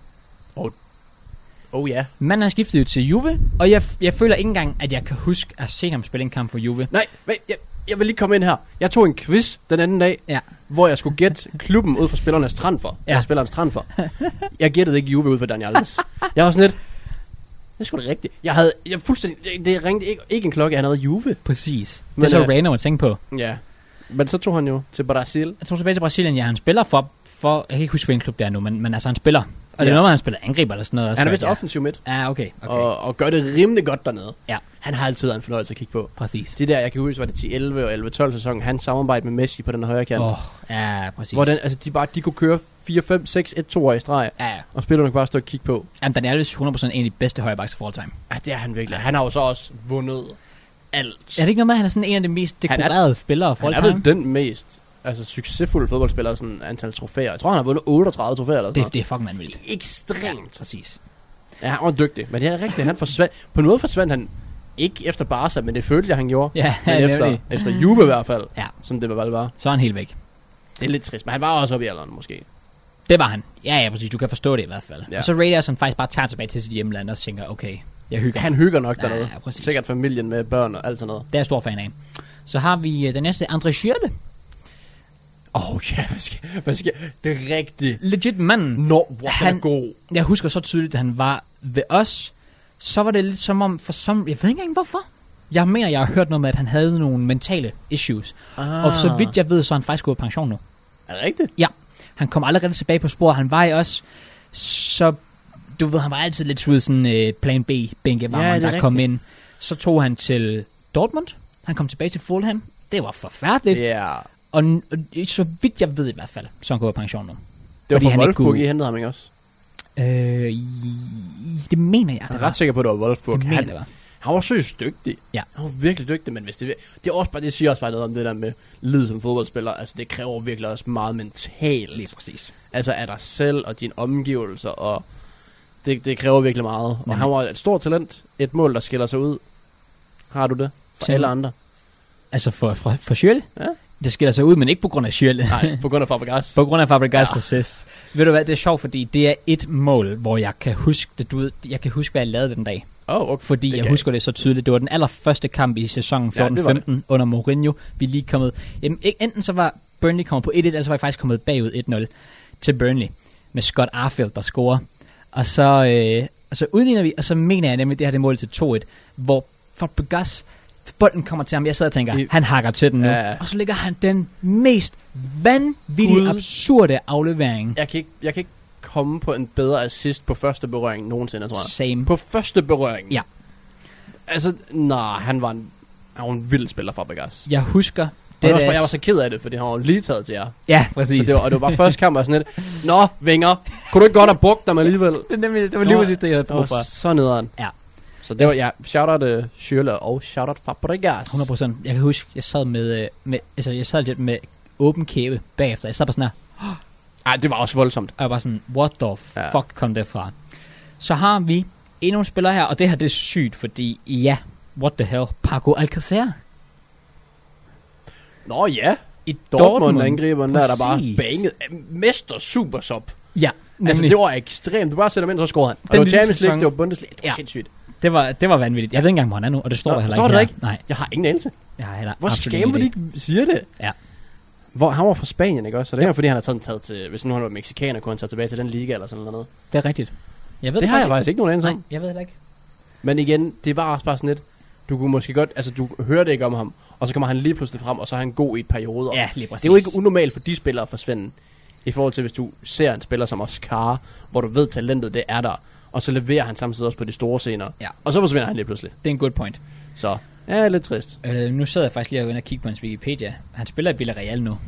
Oh ja. Manden har skiftet jo til Juve, og jeg føler ikke engang, at jeg kan huske at se ham spille en kamp for Juve. Nej, jeg vil lige komme ind her. Jeg tog en quiz den anden dag, hvor jeg skulle gætte klubben ud fra spillernes transfer. Eller spillernes transfer. Jeg gættede ikke Juve ud fra Dani Alves. Jeg var sådan lidt... Det er sgu da rigtigt. Jeg fuldstændig... Det ringte ikke en klokke, han havde Juve. Præcis. Men det er så random at tænke på. Ja. Men så tog han jo til Brasil. Jeg tog tilbage til Brasilien, han spiller for jeg kan ikke huske, hvilken klub det er nu, men altså han spiller. Og det er noget, han spiller angriber eller sådan noget. Han er vist offensiv midt. Ja, okay. Og gør det rimelig godt dernede. Ja. Han har altid været en fornøjelse at kigge på. Præcis. Det der, jeg kan huske, var det 10-11 og 11-12 sæson. Han samarbejde med Messi på den højre kant. Ja, præcis. Hvor de kunne køre 4-5-6-1-2 i streg. Ja. Og spillerne kunne bare stå og kigge på. Jamen, Dani Alves 100% en af de bedste højrebacks of all time. Ja, det er han virkelig. Han har jo så også vundet alt. Er det ikke noget med, at han er sådan en af de mest dekorerede spillere for all time? Han er vel den mest succesfulde fodboldspiller, sådan antal trofæer. Jeg tror, han har vundet 38 trofæer eller sådan. Det er fucking vanvittigt. Ekstremt. Ja, præcis. Ja, han var dygtig. Men det er rigtigt, han forsvandt. På en måde forsvandt han ikke efter Barca, men det følte jeg, han gjorde. Ja, men efter Juve i hvert fald, som det var. Så er han helt væk. Det er lidt trist, men han var også oppe i alderen måske. Det var han. Ja, præcis. Du kan forstå det i hvert fald. Ja. Og så Raiders, som faktisk bare tager tilbage til sit hjemland og tænker, okay, jeg hygger. Han hygger nok dernede. Ja, sikkert familien med børn og alt sådan noget. Det er jeg stor fan af. Så har vi den næste, André Schürrle. Ja, hvad skal det er rigtigt. Legit manden. Han er god. Jeg husker så tydeligt, at han var ved os. Så var det lidt som om, jeg ved ikke engang hvorfor. Jeg mener, jeg har hørt noget med, at han havde nogle mentale issues. Og så vidt jeg ved, så er han faktisk gået i pension nu. Er det rigtigt? Ja. Han kom aldrig rigtig tilbage på sporet. Han var i os. Så, du ved, han var altid lidt sådan plan B-bænke, var man der kom ind. Så tog han til Dortmund. Han kom tilbage til Fulham. Det var forfærdeligt. Ja. Og så vidt jeg ved i hvert fald, så han går i pension nu. Det var fra Wolfsburg, I hentede ham ikke også? Det mener jeg. Jeg er ret sikker på, at det var Wolfsburg. Han var seriøst dygtig. Ja. Han var virkelig dygtig, men hvis det er også bare, det siger også bare noget om det der med lyd som fodboldspiller. Altså, det kræver virkelig også meget mentalt. Lige præcis. Altså, af dig selv og dine omgivelser, og det kræver virkelig meget. Og han var et stort talent. Et mål, der skiller sig ud. Har du det? For alle andre. Altså for Schürrle? Ja. Det skiller sig ud, men ikke på grund af Schürrle. Nej, på grund af Fabregas. På grund af Fabregas assist. Ved du hvad, det er sjovt, fordi det er et mål, hvor jeg kan huske det, jeg kan huske, hvad jeg lavede den dag. Okay. Fordi jeg husker det så tydeligt. Det var den allerførste kamp i sæsonen 14-15 under Mourinho. Vi lige kommet... Enten så var Burnley kommet på 1-1, eller så var jeg faktisk kommet bagud 1-0 til Burnley. Med Scott Arfield, der scorer. Og så udligner vi, og så mener jeg nemlig, det her det mål til 2-1, hvor Fabregas, bolden kommer til ham. Jeg sidder og tænker, han hakker til den nu. Ja. Og så ligger han den mest vanvittige, absurde aflevering. Jeg kan ikke komme på en bedre assist på første berøring nogensinde, tror jeg. Same. På første berøring? Ja. Altså, han var en vild spiller, Fabregas. Jeg husker... Jeg var så ked af det, fordi han var lige taget til jer. Ja, præcis. Så det var bare første kamp og sådan lidt. Nå, Wenger, kunne du ikke godt have brugt dem alligevel? Det var lige præcis det, jeg havde brug for. Det var så nederen. Ja. Så det var, shout-out Schürrle og shout-out Fabregas. 100%. Jeg kan huske, jeg sad lidt med åben kæbe bagefter. Jeg sad bare sådan her. Ej, det var også voldsomt. Og jeg var sådan, what the fuck kom det fra? Så har vi endnu en spiller her, og det her det er sygt, fordi what the hell, Paco Alcácer. Nå ja, i Dortmund-angriberen der bare banget. Mester super sub. Ja, altså det var ekstremt. Du bare sætter ham ind, så scorede han. Og det var Champions League, det var Bundesliga. Det var sindssygt. Det var vanvittigt. Jeg ved ikke engang, hvor han er nu, og det står der heller ikke. Står der ikke? Nej. Jeg har ingen anelse. Jeg har heller hvor skam, de ikke siger det? Ja. Hvor han var fra Spanien, ikke også? Så det er fordi han har taget til, hvis nu han var mexikaner, kunne han tage tilbage til den liga eller sådan noget. Det er rigtigt. Det har jeg faktisk ikke nogen anelse om. Nej, jeg ved heller ikke. Men igen, det var også bare sådan lidt, du kunne måske godt, altså du hørte ikke om ham, og så kommer han lige pludselig frem, og så er han god i et perioder. Ja, lige præcis. Det er jo ikke unormalt for de spillere at forsvinde, i forhold til hvis du ser en spiller som Oscar, hvor du ved talentet det er der, og så leverer han samtidig også på de store scener. Ja. Og så forsvinder han lige pludselig. Det er en good point. Så, ja, lidt trist. Nu sidder jeg faktisk lige og kigge på hans Wikipedia. Han spiller i Villarreal nu.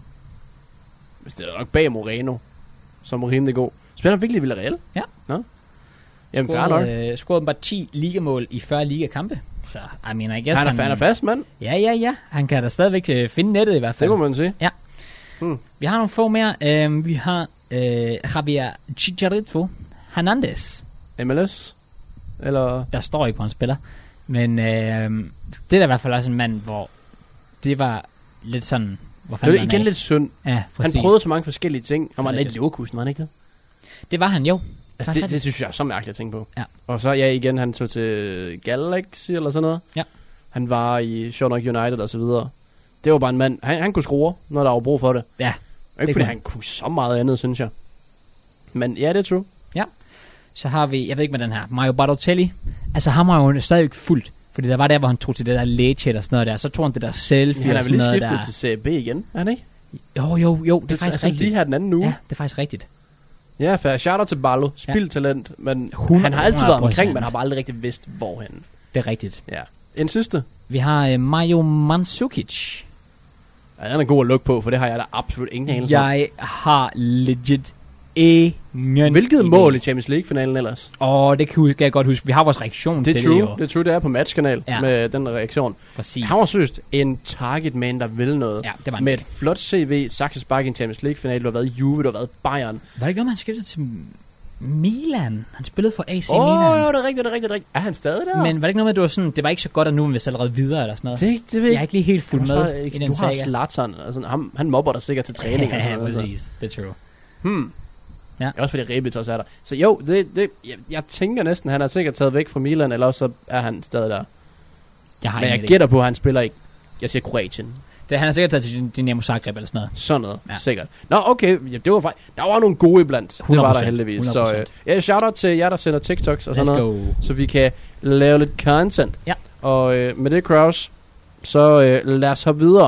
Hvis det er nok bag Moreno, som er rimelig god. Spiller han virkelig i Villarreal? Ja. Nå? Jamen, fair nok. Scorede bare 10 ligamål i 40 ligakampe. Så, I mean, I guess han er fast, mand. Ja. Han kan da stadigvæk finde nettet i hvert fald. Det må man sige. Ja. Vi har nogle få mere. Vi har Javier Chicharito Hernandez. MLS? Eller? Der står ikke på en spiller. Men det er da i hvert fald også en mand, hvor det var lidt sådan... Det var igen lidt synd. Ja, han prøvede så mange forskellige ting. Han var lidt Leverkusen, var han ikke det? Det var han, jo. Altså, det synes jeg er så mærkeligt at tænke på. Ja. Og så igen, han tog til Galaxy eller sådan noget. Ja. Han var i Shanghai United og så videre. Det var bare en mand. Han kunne score, når der var brug for det. Ja. Ikke fordi han kunne så meget andet, synes jeg. Men ja, det er true. Ja. Så har vi, jeg ved ikke med den her, Mario Balotelli. Altså ham har jo stadig ikke fuldt. Fordi der var der, hvor han tog til det der Lecce og sådan noget der. Så tog han det der selfie. Han er og vel sådan lige noget skiftet til CB igen, er han ikke? Jo, det er faktisk rigtigt. Lige her den anden uge. Ja, det er faktisk rigtigt. Ja, fair. Shout-out til Barlo. Spildtalent, men han har altid været omkring, men har bare aldrig rigtig vidst, hvorhen. Det er rigtigt. Ja. En sidste. Vi har Mario Mandzukic. Ja, den er god at lukke på, for det har jeg da absolut ingen anelse om. Jeg har legit ingen hvilket mål i Champions League-finalen ellers? Det kan jeg godt huske. Vi har vores reaktion til det jo. Det er true, det er på Matchkanal med den reaktion. Præcis. Han var seriøst en target man, der vil noget. Ja, det var med et flot CV, Saxes Spark i en Champions League-finale, du har været i Juve, du har været i Bayern. Var det ikke noget, han skiftede til Milan? Han spillede for AC Milan. Jo, det er rigtigt. Er han stadig der? Men var det ikke noget med, at du var sådan, det var ikke så godt, at nu vil vi allerede videre eller sådan noget? Det ved jeg er ikke lige helt fuld med i den du har Zlatan, altså, han mobber dig sikkert til træning. Ja, præcis. Det er true. Ja. Også fordi Rebic også er der. Så jo, jeg tænker næsten, han er sikkert taget væk fra Milan, eller også så er han stadig der. Men jeg gætter på, at han spiller ikke. Jeg siger Kroatien. Han er sikkert taget til Dinamo Zagreb eller sådan noget. Sådan noget, sikkert. Nå, okay, det var faktisk... Der var nogle gode iblandt. 100%, det var der heldigvis. 100%. Så shout-out til jer, der sender TikToks og sådan noget. Så vi kan lave lidt content. Ja. Og med det, Kraus, så lad os hoppe videre.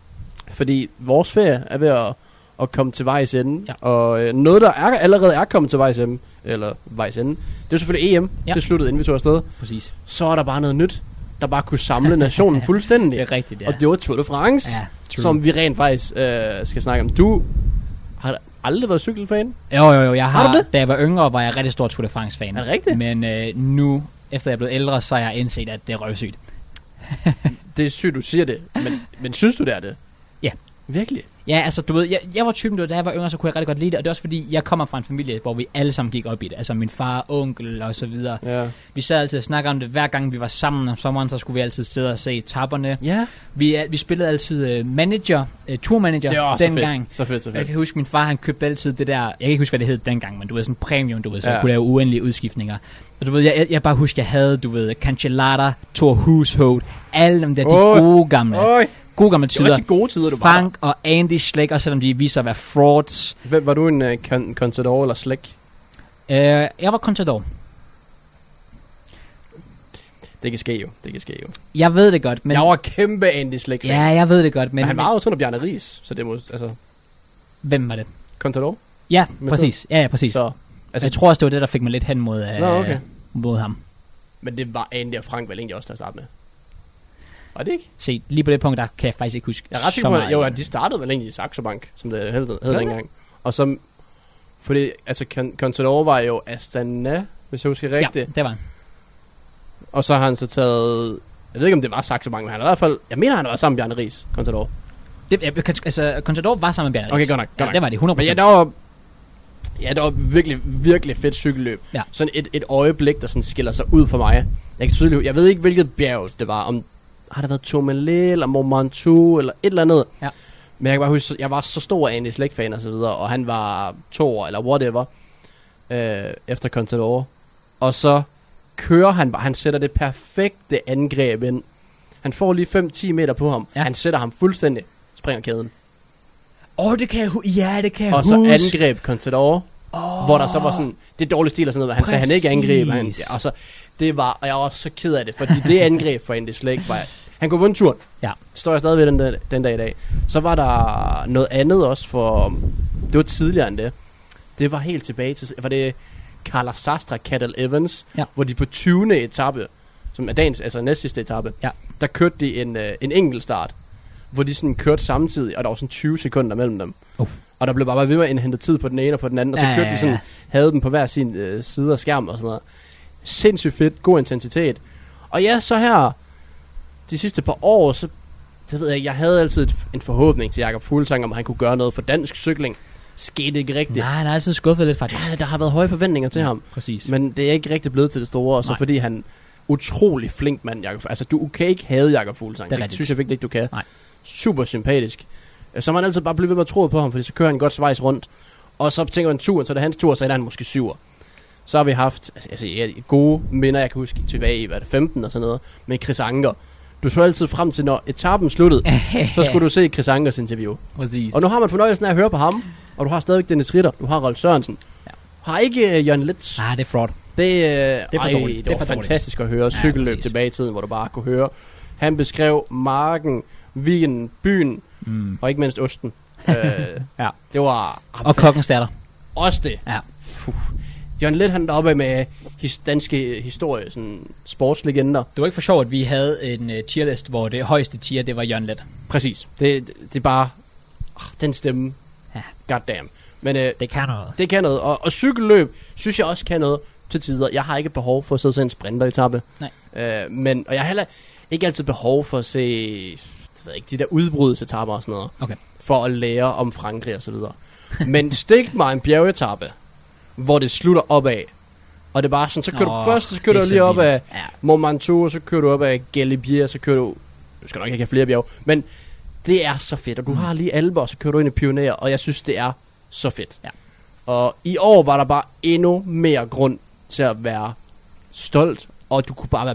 Fordi vores ferie er ved at komme til vejs ende. Ja. Og noget, der allerede er kommet til vejs ende, det er selvfølgelig EM. Ja. Det sluttede, inden vi tog afsted. Præcis. Så er der bare noget nyt, der bare kunne samle nationen fuldstændig. Det er rigtigt, ja. Og det var Tour de France, som vi rent faktisk skal snakke om. Du har aldrig været cykelfan? Jo. Har du det? Da jeg var yngre, var jeg rigtig stor Tour de France-fan. Er det rigtigt? Men nu, efter jeg er blevet ældre, så har jeg indset, at det er røvsygt. Det er sygt, du siger det. Men synes du, det er det? Ja. Virkelig? Ja, altså du ved, jeg var typen, da jeg var yngre, så kunne jeg rigtig godt lide det, og det er også fordi, jeg kommer fra en familie, hvor vi alle sammen gik op i det. Altså min far, onkel og så videre. Ja. Vi sad altid og snakkede om det, hver gang vi var sammen om sommeren, så skulle vi altid sidde og se etapperne. Ja. Vi spillede altid tourmanager dengang. Så fedt. Jeg kan huske, min far, han købte altid det der, jeg kan ikke huske, hvad det hed dengang, men du ved, sådan premium, du ved, så ja. jeg kunne lave uendelige udskiftninger. Og du ved, jeg bare husker, jeg havde, du ved, Cancellara, Thor Hushovd, alle dem der, de gode gamle. Gode gamle tider. Det var de gode tider, du Frank og Andy Schleck, også selvom de viser at være frauds. Var du en Contador eller Schleck? Jeg var Contador. Det kan ske jo. Jeg ved det godt, men... Jeg var kæmpe Andy Schleck. Ja, jeg ved det godt, men... han var jo sådan af Bjarne Riis, så det må... Altså... Hvem var det? Contador? Ja, præcis. Ja, præcis. Så, altså... Jeg tror også, det var det, der fik mig lidt hen mod ham. Men det var Andy og Frank vel egentlig også til at starte med. Var det ikke? Se, lige på det punkt, der kan jeg faktisk ikke huske. Jeg er ret sikker på, at de startede vel egentlig i Saxo Bank, som det hed dengang. Og så... Fordi, altså, Contador var jo Astana, hvis jeg husker rigtigt. Ja, det var han. Og så har han så taget... Jeg ved ikke, om det var Saxo Bank, men han har i hvert fald... Jeg mener, han har været sammen med Bjarne Riis, Contador. Contador var sammen med Bjarne Riis. Okay, godt nok. Det var det, 100%. Men der var virkelig, virkelig fedt cykelløb. Ja. Sådan et øjeblik, der sådan skiller sig ud for mig. Jeg ved ikke, hvilket bjerg det var. Om har det været Tourmalet, eller Mont Ventoux, eller et eller andet. Ja. Men jeg kan bare huske, jeg var så stor Andy Schleck-fan og så videre, og han var 2 år, eller whatever, efter Contador. Og så kører han sætter det perfekte angreb ind. Han får lige 5-10 meter på ham. Ja. Han sætter ham fuldstændig, springer kæden. Det kan jeg huske. Og så angreb Contador, hvor der så var sådan, det er dårlig stil og sådan noget, han sagde, han ikke angreb. Og så, og jeg var også så ked af det, fordi det angreb for Andy Schleck var, han kunne vinde turen. Ja. Det står jeg stadig ved den dag i dag. Så var der noget andet også for, det var tidligere end det. Det var helt tilbage til, var det Carlos Sastre, Cadel Evans, hvor de på 20. etape, som er dagens, altså næstsidste etape, der kørte de en enkeltstart, hvor de sådan kørte samtidig, og der var sådan 20 sekunder mellem dem. Og der blev bare ved med at indhente tid på den ene og på den anden, og så kørte de sådan, havde dem på hver sin side af skærmen og sådan noget. Sindssygt fedt, god intensitet. Og ja, så her, de sidste par år, så, det ved jeg havde altid en forhåbning til Jakob Fuglsang, om han kunne gøre noget for dansk cykling. Skete ikke rigtigt. Nej, han er altid skuffet lidt faktisk. Ja, der har været høje forventninger til ham. Præcis. Men det er ikke rigtig blevet til det store, og så fordi han utrolig flink mand, Jakob. Altså, du kan ikke have Jakob Fuglsang. Det synes jeg virkelig ikke, du kan. Nej. Super sympatisk. Så man altid bare bliver ved med at tro på ham, fordi så kører han godt svejs rundt. Og så tænker man turen, så er det hans tur, så er han måske 7'er. Så har vi haft gode minder, jeg kan huske tilbage i 15 og sådan noget, med Chris Anker. Du så altid frem til, når etappen sluttede, så skulle du se Chris Ankers interview. Præcis. Og nu har man fornøjelsen af at høre på ham, og du har stadigvæk Dennis Ritter, du har Rolf Sørensen. Ja. Har ikke Jørgen Litz. Det er fraud. Det var fantastisk at høre cykelløb tilbage i tiden, hvor du bare kunne høre. Han beskrev marken, weekenden, byen, og ikke mindst osten. Det var... Og kokkens datter. Også det. Ja. Jørgen Leth, han deroppe med danske historie, sådan sportslegender. Det var ikke for sjovt, at vi havde en tierlist, hvor det højeste tier, det var Jørgen Leth. Præcis. Det er bare... den stemme. Ja. Goddamn. Men det kan noget. Det kan noget. Og cykelløb, synes jeg også kan noget til tider. Jeg har ikke behov for at sidde og se en sprinteretappe. Nej. Og jeg har heller ikke altid behov for at se... de der udbrudsetapper og sådan noget. Okay. For at lære om Frankrig og så videre. Men stik mig en bjergetappe, hvor det slutter opad. Og det er bare sådan, så kører du først, så kører du lige op af Mont Ventoux, så kører du op af Galibier, så kører du skal nok ikke have flere bjerge, men det er så fedt, og du har lige Alper, og så kører du ind i Pioneer, og jeg synes, det er så fedt. Ja. Og i år var der bare endnu mere grund til at være stolt, og du kunne bare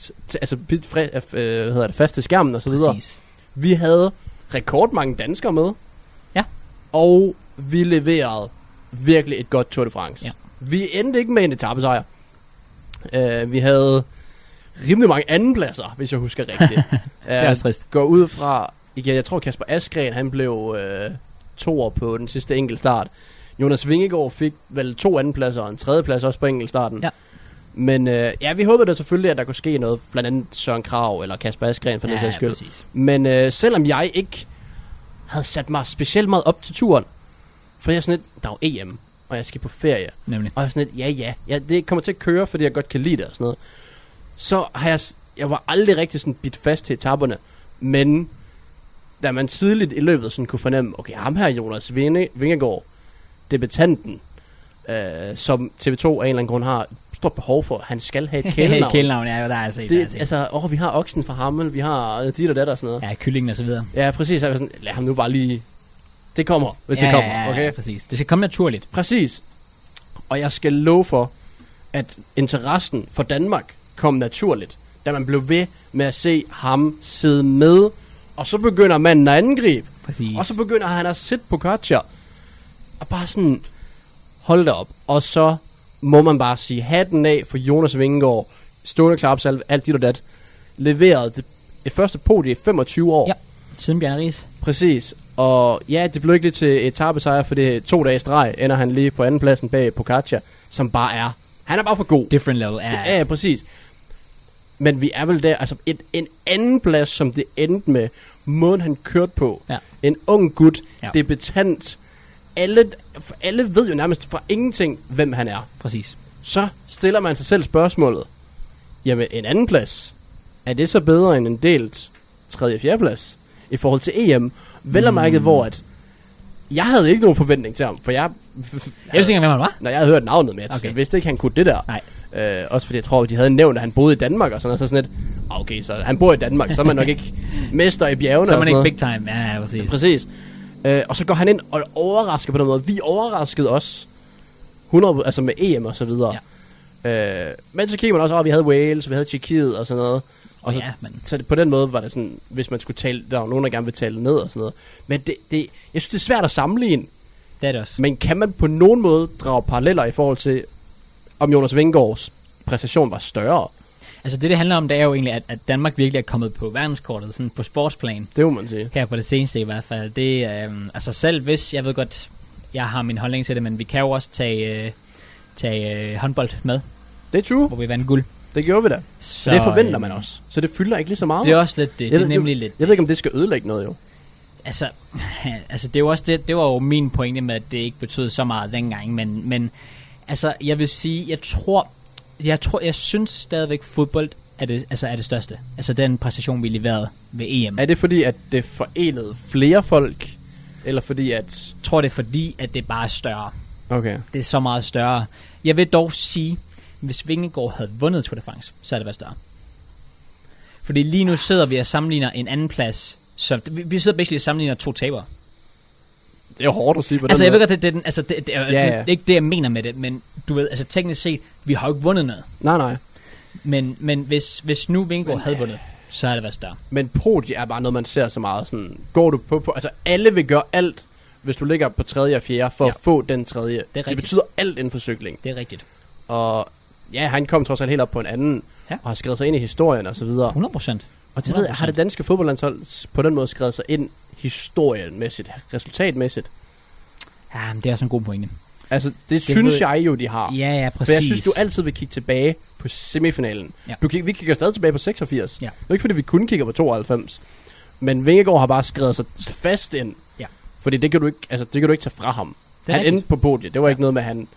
være fast til skærmen og så videre. Præcis. Vi havde rekordmange danskere med, og vi leverede virkelig et godt Tour de France. Ja. Vi endte ikke med en etapesejr. Vi havde rimelig mange andenpladser, hvis jeg husker rigtigt. Det er trist. Går ud fra, jeg tror Kasper Askren, han blev 2'er på den sidste enkeltstart. Jonas Vingegaard fik vel 2 andenpladser og en 3. plads også på enkeltstarten. Ja. Men vi håbede da selvfølgelig, at der kunne ske noget, blandt andet Søren Kragh eller Kasper Askren for den sags skyld. Præcis. Men selvom jeg ikke havde sat mig specielt meget op til turen, for jeg er sådan lidt, der er jo EM, og jeg skal på ferie. Nemlig. Og jeg er sådan lidt, ja, det kommer til at køre, fordi jeg godt kan lide det og sådan noget. Så har jeg var aldrig rigtig sådan bidt fast til etaperne, men da man tidligt i løbet sådan kunne fornemme, okay, ham her Jonas Vingegaard, debutanten, som TV2 af en eller anden grund har stort behov for, han skal have et kælenavn. Kælenavn, ja, der er set. Altså, vi har oksen fra Hammel, vi har dit og dat og sådan noget. Ja, kyllingen og så videre. Ja, præcis. Jeg sådan, lad ham nu bare lige... Det kommer, hvis det kommer, okay? Ja, præcis. Det skal komme naturligt. Præcis. Og jeg skal love for, at interessen for Danmark kom naturligt, da man blev ved med at se ham sidde med, og så begynder manden at angribe. Præcis. Og så begynder han at sidde på Pogačar, og bare sådan, hold da op. Og så må man bare sige, hatten af for Jonas Vingegaard, stående klapsalve, alt dit og dat, leverede det første podie i 25 år. Ja, siden Bjarne Riis. Præcis. Og ja, det blev ikke lige til etapesejr, for det 2 dage streg, ender han lige på anden pladsen bag Pogačar, som bare er, han er bare for god. Different level, ja, præcis. Men vi er vel der, altså en anden plads, som det endte med, måden han kørte på. Ja. En ung gut, debutant. Alle ved jo nærmest fra ingenting, hvem han er. Præcis. Så stiller man sig selv spørgsmålet, jamen en anden plads, er det så bedre end en delt 3. og 4. plads i forhold til EM? Vel og mærket, hvor at jeg havde ikke nogen forventning til ham, for jeg vidste ikke, hvem han var. Når jeg havde hørt navnet med, jeg vidste ikke, han kunne det der. Nej. Også fordi jeg tror, de havde nævnt, at han boede i Danmark og sådan noget, så sådan lidt, okay, så han bor i Danmark, så er man nok ikke mester i bjergene. Så er man ikke big time, ja, præcis. Præcis. Og så går han ind og overrasker på den måde. Vi overraskede os 100, altså med EM og så videre. Ja. Men så kigger man også over, vi havde Wales, vi havde Tjekkiet og sådan noget. Og så på den måde var det sådan, hvis man skulle tale, der var nogen, der gerne vil tale ned og sådan noget. Men jeg synes, det er svært at sammenligne. Det er det også. Men kan man på nogen måde drage paralleller i forhold til, om Jonas Vingegaards præstation var større? Altså det handler om, det er jo egentlig, at Danmark virkelig er kommet på verdenskortet, sådan på sportsplan. Det må man sige. Her på det seneste i hvert fald. Det altså selv hvis, jeg ved godt, jeg har min holdning til det, men vi kan jo også tage håndbold med. Det er true. Hvor vi vandt guld. Det gjorde vi da. Så det forventer man også. Så det fylder ikke lige så meget. Det er også lidt det. Det er nemlig lidt. Jeg ved ikke, om det skal ødelægge noget jo. Altså det er jo også det. Det var jo min pointe med, at det ikke betød så meget dengang. Men altså, jeg vil sige, jeg synes stadigvæk fodbold er det største. Altså den præstation, vi leverede ved EM. Er det fordi, at det forenede flere folk? Eller fordi at... Jeg tror, det er fordi, at det bare er større. Okay. Det er så meget større. Jeg vil dog sige, hvis Vingegaard havde vundet Tour de France, så er det været større. Fordi lige nu sidder vi og sammenligner en anden plads. Så vi sidder basically og sammenligner 2 tabere. Det er jo hårdt at sige på den altså, jeg måde. ved godt, det er ikke det, jeg mener med det, men du ved, altså teknisk set, vi har jo ikke vundet noget. Nej. Men hvis nu Vingegaard havde vundet, så havde det været større. Men podie er bare noget, man ser så meget sådan, går du på, altså alle vil gøre alt, hvis du ligger på 3. og 4. for at få den 3. Det betyder alt inden for cykling. Det er rigtigt. Og ja, han kom trods alt helt op på en anden, og har skrevet sig ind i historien og så videre. 100%. Og det ved jeg, har det danske fodboldlandshold på den måde skrevet sig ind historiemæssigt, resultatmæssigt? Ja, men det er også en god pointe. Altså, det synes jeg jo, de har. Ja, præcis. For jeg synes, du altid vil kigge tilbage på semifinalen. Ja. Vi kigger stadig tilbage på 86. Ja. Det er ikke, fordi vi kun kigger på 92. Men Vingegaard har bare skrevet sig fast ind. Ja. Fordi det kan du ikke tage fra ham. Han endte på podiet. Det var ikke noget med, han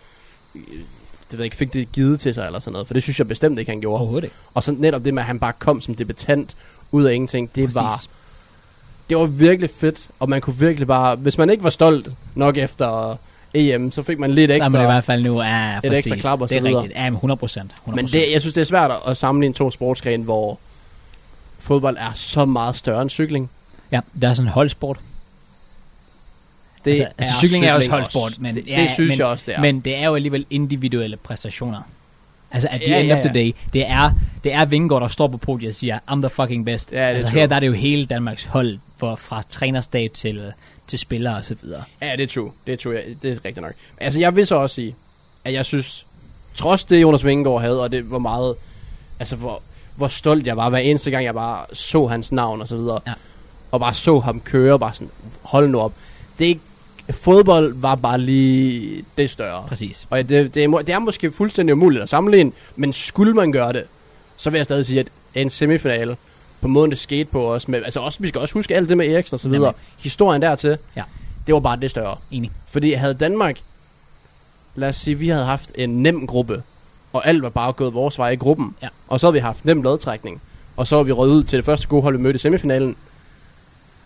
fik det givet til sig eller sådan noget. For det synes jeg bestemt ikke, han gjorde. Overhovedet ikke. Og så netop det med, at han bare kom som debutant ud af ingenting. Det var virkelig fedt. Og man kunne virkelig bare, hvis man ikke var stolt nok efter EM, så fik man lidt ekstra. Jamen, det er i hvert fald nu, ja, et ekstra klap og så videre. Det er rigtigt, ja, 100%. Men jeg synes, det er svært at sammenligne 2 sportsgrene, hvor fodbold er så meget større end cykling. Ja, det er sådan en holdsport. Altså cykling er også holdsport, men det synes jeg også, det er. Men det er jo alligevel individuelle præstationer. Altså at the end of the day, det er Vingegaard, der står på podiet og siger, I'm the fucking best. Ja, altså her der er det jo hele Danmarks hold, fra trænerstab til spillere og så videre. Ja, det er true. Det er rigtigt nok. Altså jeg vil så også sige, at jeg synes, trods det Jonas Vingegaard havde, og det var meget, altså hvor stolt jeg var, hver eneste gang jeg bare så hans navn og så videre, og bare så ham køre, bare sådan, hold nu op. Det er ikke, fodbold var bare lige det større. Præcis. Og det er måske fuldstændig umuligt at sammenligne, men skulle man gøre det, så vil jeg stadig sige, at en semifinale, på måden det skete på os, med, altså også, vi skal også huske alt det med Eriksen og så videre, historien dertil, det var bare det større. Enig. Fordi havde Danmark, lad os sige, vi havde haft en nem gruppe, og alt var bare gået vores vej i gruppen, og så havde vi haft nem lodtrækning, og så var vi røget ud til det første gode hold, vi mødte i semifinalen,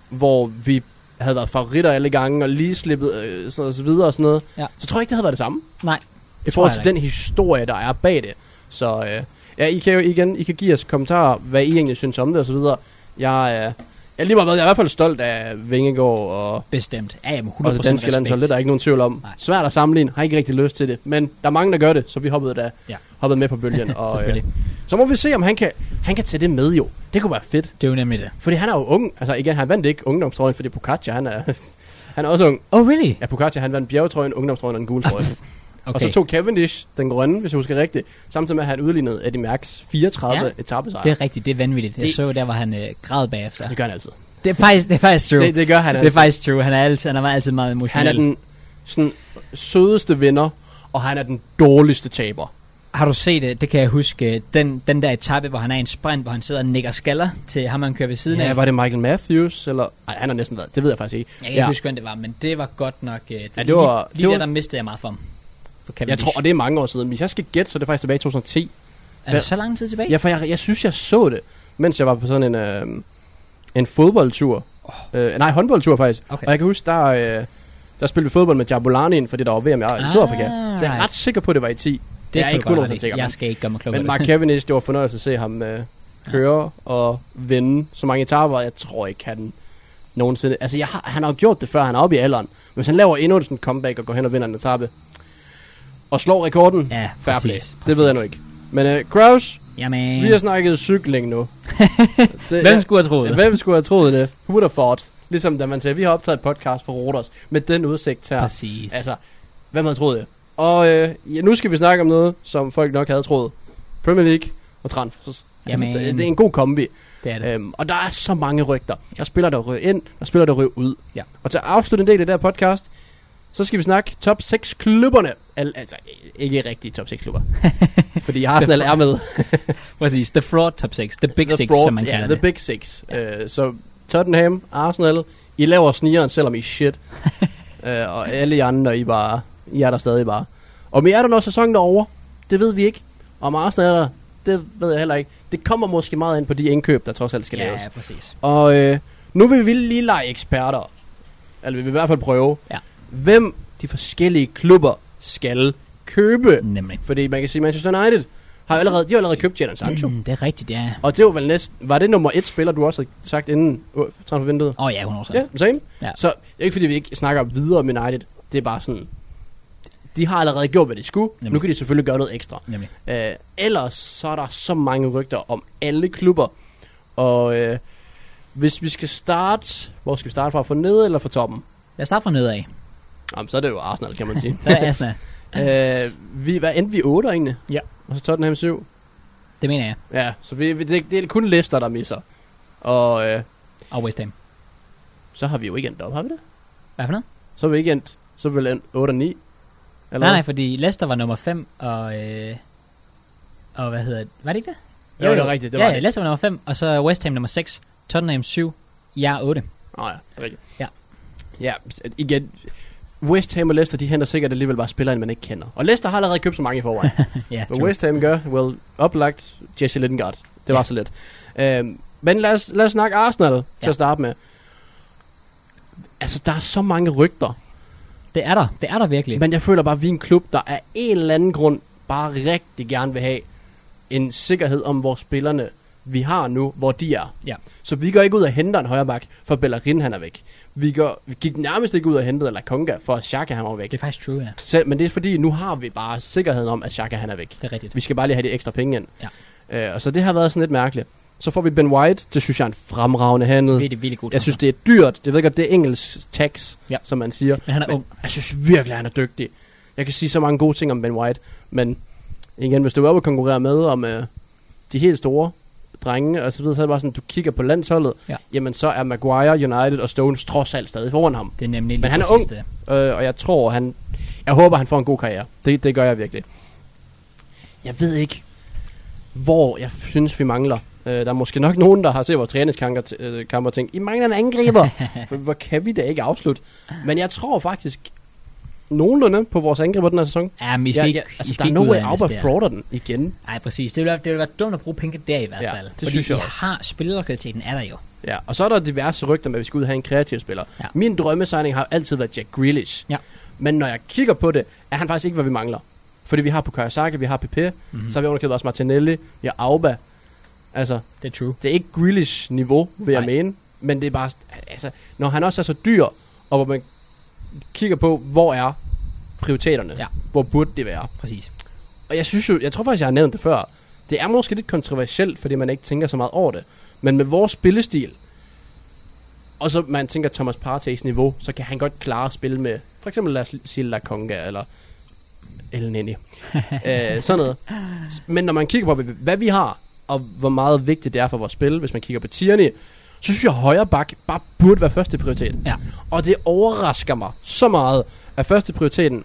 hvor vi havde været favoritter alle gange, og lige slippet sådan og så videre og sådan noget, så tror jeg ikke, det havde været det samme. Nej. I forhold til den historie, der er bag det. Så I kan jo igen, I kan give os kommentarer, hvad I egentlig synes om det og så videre. Jeg er lige meget, jeg er i hvert fald stolt af Vingegaard og bestemt. Ja, 100% og det danske landshold, det er der ikke nogen tvivl om. Nej. Svært at sammenligne, har ikke rigtig lyst til det, men der er mange, der gør det, så vi hoppede med på bølgen. Og så må vi se, om han kan tage det med jo. Det kunne være fedt. Det er jo nemlig det. Fordi han er jo ung. Altså igen, han vandt ikke ungdomstrøjen, fordi Pogacar, han er også ung. Oh, really? Ja, Pogacar, han vandt bjergetrøjen, ungdomstrøjen og en gul trøje. Okay. Og så tog Cavendish den grønne, hvis jeg husker rigtigt, samtidig med at han udlignede Eddie Merckx 34 etapesejre. Det er rigtigt, det er vanvittigt. Jeg så der, hvor han græd bagefter. Det gør han altid. Det er faktisk true. Det gør han altid. Det er faktisk true. Han var altid meget emotionel. Han er den sådan sødeste vinder, og han er den dårligste taber. Har du set det? Det kan jeg huske. Den der etape, hvor han er i en sprint, hvor han sidder og nikker skaller til ham, han kører ved siden af. Ja, var det Michael Matthews? Eller? Nej, han har næsten været. Det ved jeg faktisk ikke. Jeg kan ikke huske, hvem det var, men det var godt nok... det var der mistede jeg meget for ham. Jeg tror, og det er mange år siden. Hvis jeg skal gætte, så er det faktisk tilbage i 2010. Er det så lang tid tilbage? Ja, for jeg synes, jeg så det, mens jeg var på sådan en fodboldtur. Nej, håndboldtur faktisk. Okay. Og jeg kan huske, der spillede vi fodbold med Jabulani, fordi der var VM i Sydafrika. Så jeg er ret sikker på, at det var i 10. Det er ikke 100% sikker. Jeg skal ikke gøre mig klog. Men Mark Cavendish, det var fornøjelse at se ham køre og vinde så mange etaper. Jeg tror ikke, han nogensinde... Altså, han har jo gjort det før, han er oppe i alderen. Men hvis han laver endnu en comeback og går hen og vinder en etape, og slår rekorden, fair play. Det ved jeg nu ikke. Men Kraus, vi har snakket cykling nu. Hvem skulle have troet det? Hvem skulle have troet det? Who would have thought? Ligesom da man sagde, vi har optaget et podcast på Rodos med den udsigt her. Præcis. Altså, hvem havde troet det? Og nu skal vi snakke om noget, som folk nok havde troet. Premier League og transfers. Altså, det er en god kombi. Det er det. Og der er så mange rygter. Der spiller der ryge ind, der spiller der ryge ud. Ja. Og til at afslutte en del af det her podcast, så skal vi snakke top 6 klubberne. Altså, ikke rigtige top 6 klubber. Fordi Arsenal er med. Præcis, the fraud top 6. The big 6, som man kalder det. The big 6. Ja. Så Tottenham, Arsenal, I laver snigeren, selvom I shit. Og alle I andre, I er der stadig bare. Om I er der når sæsonen derovre, det ved vi ikke. Om Arsenal er der, det ved jeg heller ikke. Det kommer måske meget ind på de indkøb, der trods alt skal laves. Ja, præcis. Og nu vil vi lige lege eksperter. Eller vi vil i hvert fald prøve. Ja. Hvem de forskellige klubber skal købe. Nemlig. Fordi man kan sige, Manchester United har allerede købt Jadon Sancho. Det er rigtigt, ja. Og det var vel var det nummer 1 spiller, du også havde sagt inden transfervinduet? Ja, 100%. Ja, same. Ja. Så ikke fordi vi ikke snakker videre om United. Det er bare sådan, de har allerede gjort, hvad de skulle. Nemlig. Nu kan de selvfølgelig gøre noget ekstra. Ellers så er der så mange rygter om alle klubber. Og hvis vi skal starte, hvor skal vi starte fra? Fra nede eller fra toppen? Jeg starter fra nede af. Jamen, så er det jo Arsenal, kan man sige. Det er Arsenal. Hvad endte vi 8 egentlig? Ja. Og så Tottenham 7. Det mener jeg. Ja, så det er kun Leicester, der misser. Og West Ham. Så har vi jo ikke endt op, har vi det? Hvad for noget? Så har vi ikke endt, så vil endt 8 og 9. Eller nej, fordi Leicester var nummer 5, og hvad hedder det? Var det ikke det? Jo, det var rigtigt. Det var det. Leicester var nummer 5, og så West Ham nummer 6, Tottenham 7, 8. Ja, det er rigtigt. Ja. Ja, igen, West Ham og Leicester, de henter sikkert alligevel bare spillere, man ikke kender. Og Leicester har allerede købt så mange i forvejen. Men West Ham gør, oplagt Jesse Lingard. Det var så let. Men lad os snakke Arsenal til at starte med. Altså, der er så mange rygter. Det er der virkelig. Men jeg føler bare, at vi er en klub, der af en eller anden grund bare rigtig gerne vil have en sikkerhed om, hvor spillerne vi har nu, hvor de er. Ja. Så vi går ikke ud og henter en højreback, for Bellerin han er væk. Vi gik nærmest ikke ud og hentede La Conga, for Xhaka han var væk. Det er faktisk true, ja. Selv, men det er fordi, nu har vi bare sikkerheden om, at Xhaka han er væk. Det er rigtigt. Vi skal bare lige have de ekstra penge ind. Ja. Og så det har været sådan lidt mærkeligt. Så får vi Ben White, det synes jeg er en fremragende handel. Virkelig god. Jeg synes, det er dyrt. Jeg ved ikke, at det er engelsk tax, som man siger. Men han er ung. Jeg synes virkelig, at han er dygtig. Jeg kan sige så mange gode ting om Ben White, men igen, hvis du er oppe og konkurrere med om de helt store drenge, og så videre, så er det bare sådan, du kigger på landsholdet, jamen så er Maguire, United og Stones trods alt stadig foran ham. Det er nemlig men han er ung, og jeg tror, jeg håber, han får en god karriere. Det gør jeg virkelig. Jeg ved ikke, hvor jeg synes, vi mangler. Der er måske nok nogen, der har set vores træningskamper og tænkt, I mangler en angriber. Hvor kan vi da ikke afslutte? Men jeg tror faktisk nogenlunde på vores angriber den her sæson. Ja, men der er noget af frauder den igen. Nej, præcis. Det vil være dumt at bruge penge der i hvert fald. Det synes jeg også. Spillerkvaliteten er der jo. Ja, og så er der diverse rygter med, at vi skal ud og have en kreativ spiller. Ja. Min drømmesigning har altid været Jack Grealish. Ja. Men når jeg kigger på det, er han faktisk ikke, hvad vi mangler. Fordi vi har Bukayo Saka, vi har Pepe, så har vi underkøbet også Martinelli, vi har Auba. Altså, det er true. Det er ikke Grealish-niveau, vil jeg mene. Men det er bare, altså, når han også er så dyr, og hvor man kigger på, hvor er prioriteterne, hvor burde det være. Præcis. Og jeg synes jo, jeg tror faktisk, jeg har nævnt det før, det er måske lidt kontroversielt, fordi man ikke tænker så meget over det. Men med vores spillestil, og så man tænker Thomas Partey's niveau, så kan han godt klare at spille med, for eksempel lad os sige La Conga, eller El Neni. Sådan noget. Men når man kigger på, hvad vi har, og hvor meget vigtigt det er for vores spil, hvis man kigger på Tierney, så synes jeg, at højre bak bare burde være første prioritet. Ja. Og det overrasker mig så meget, at første prioriteten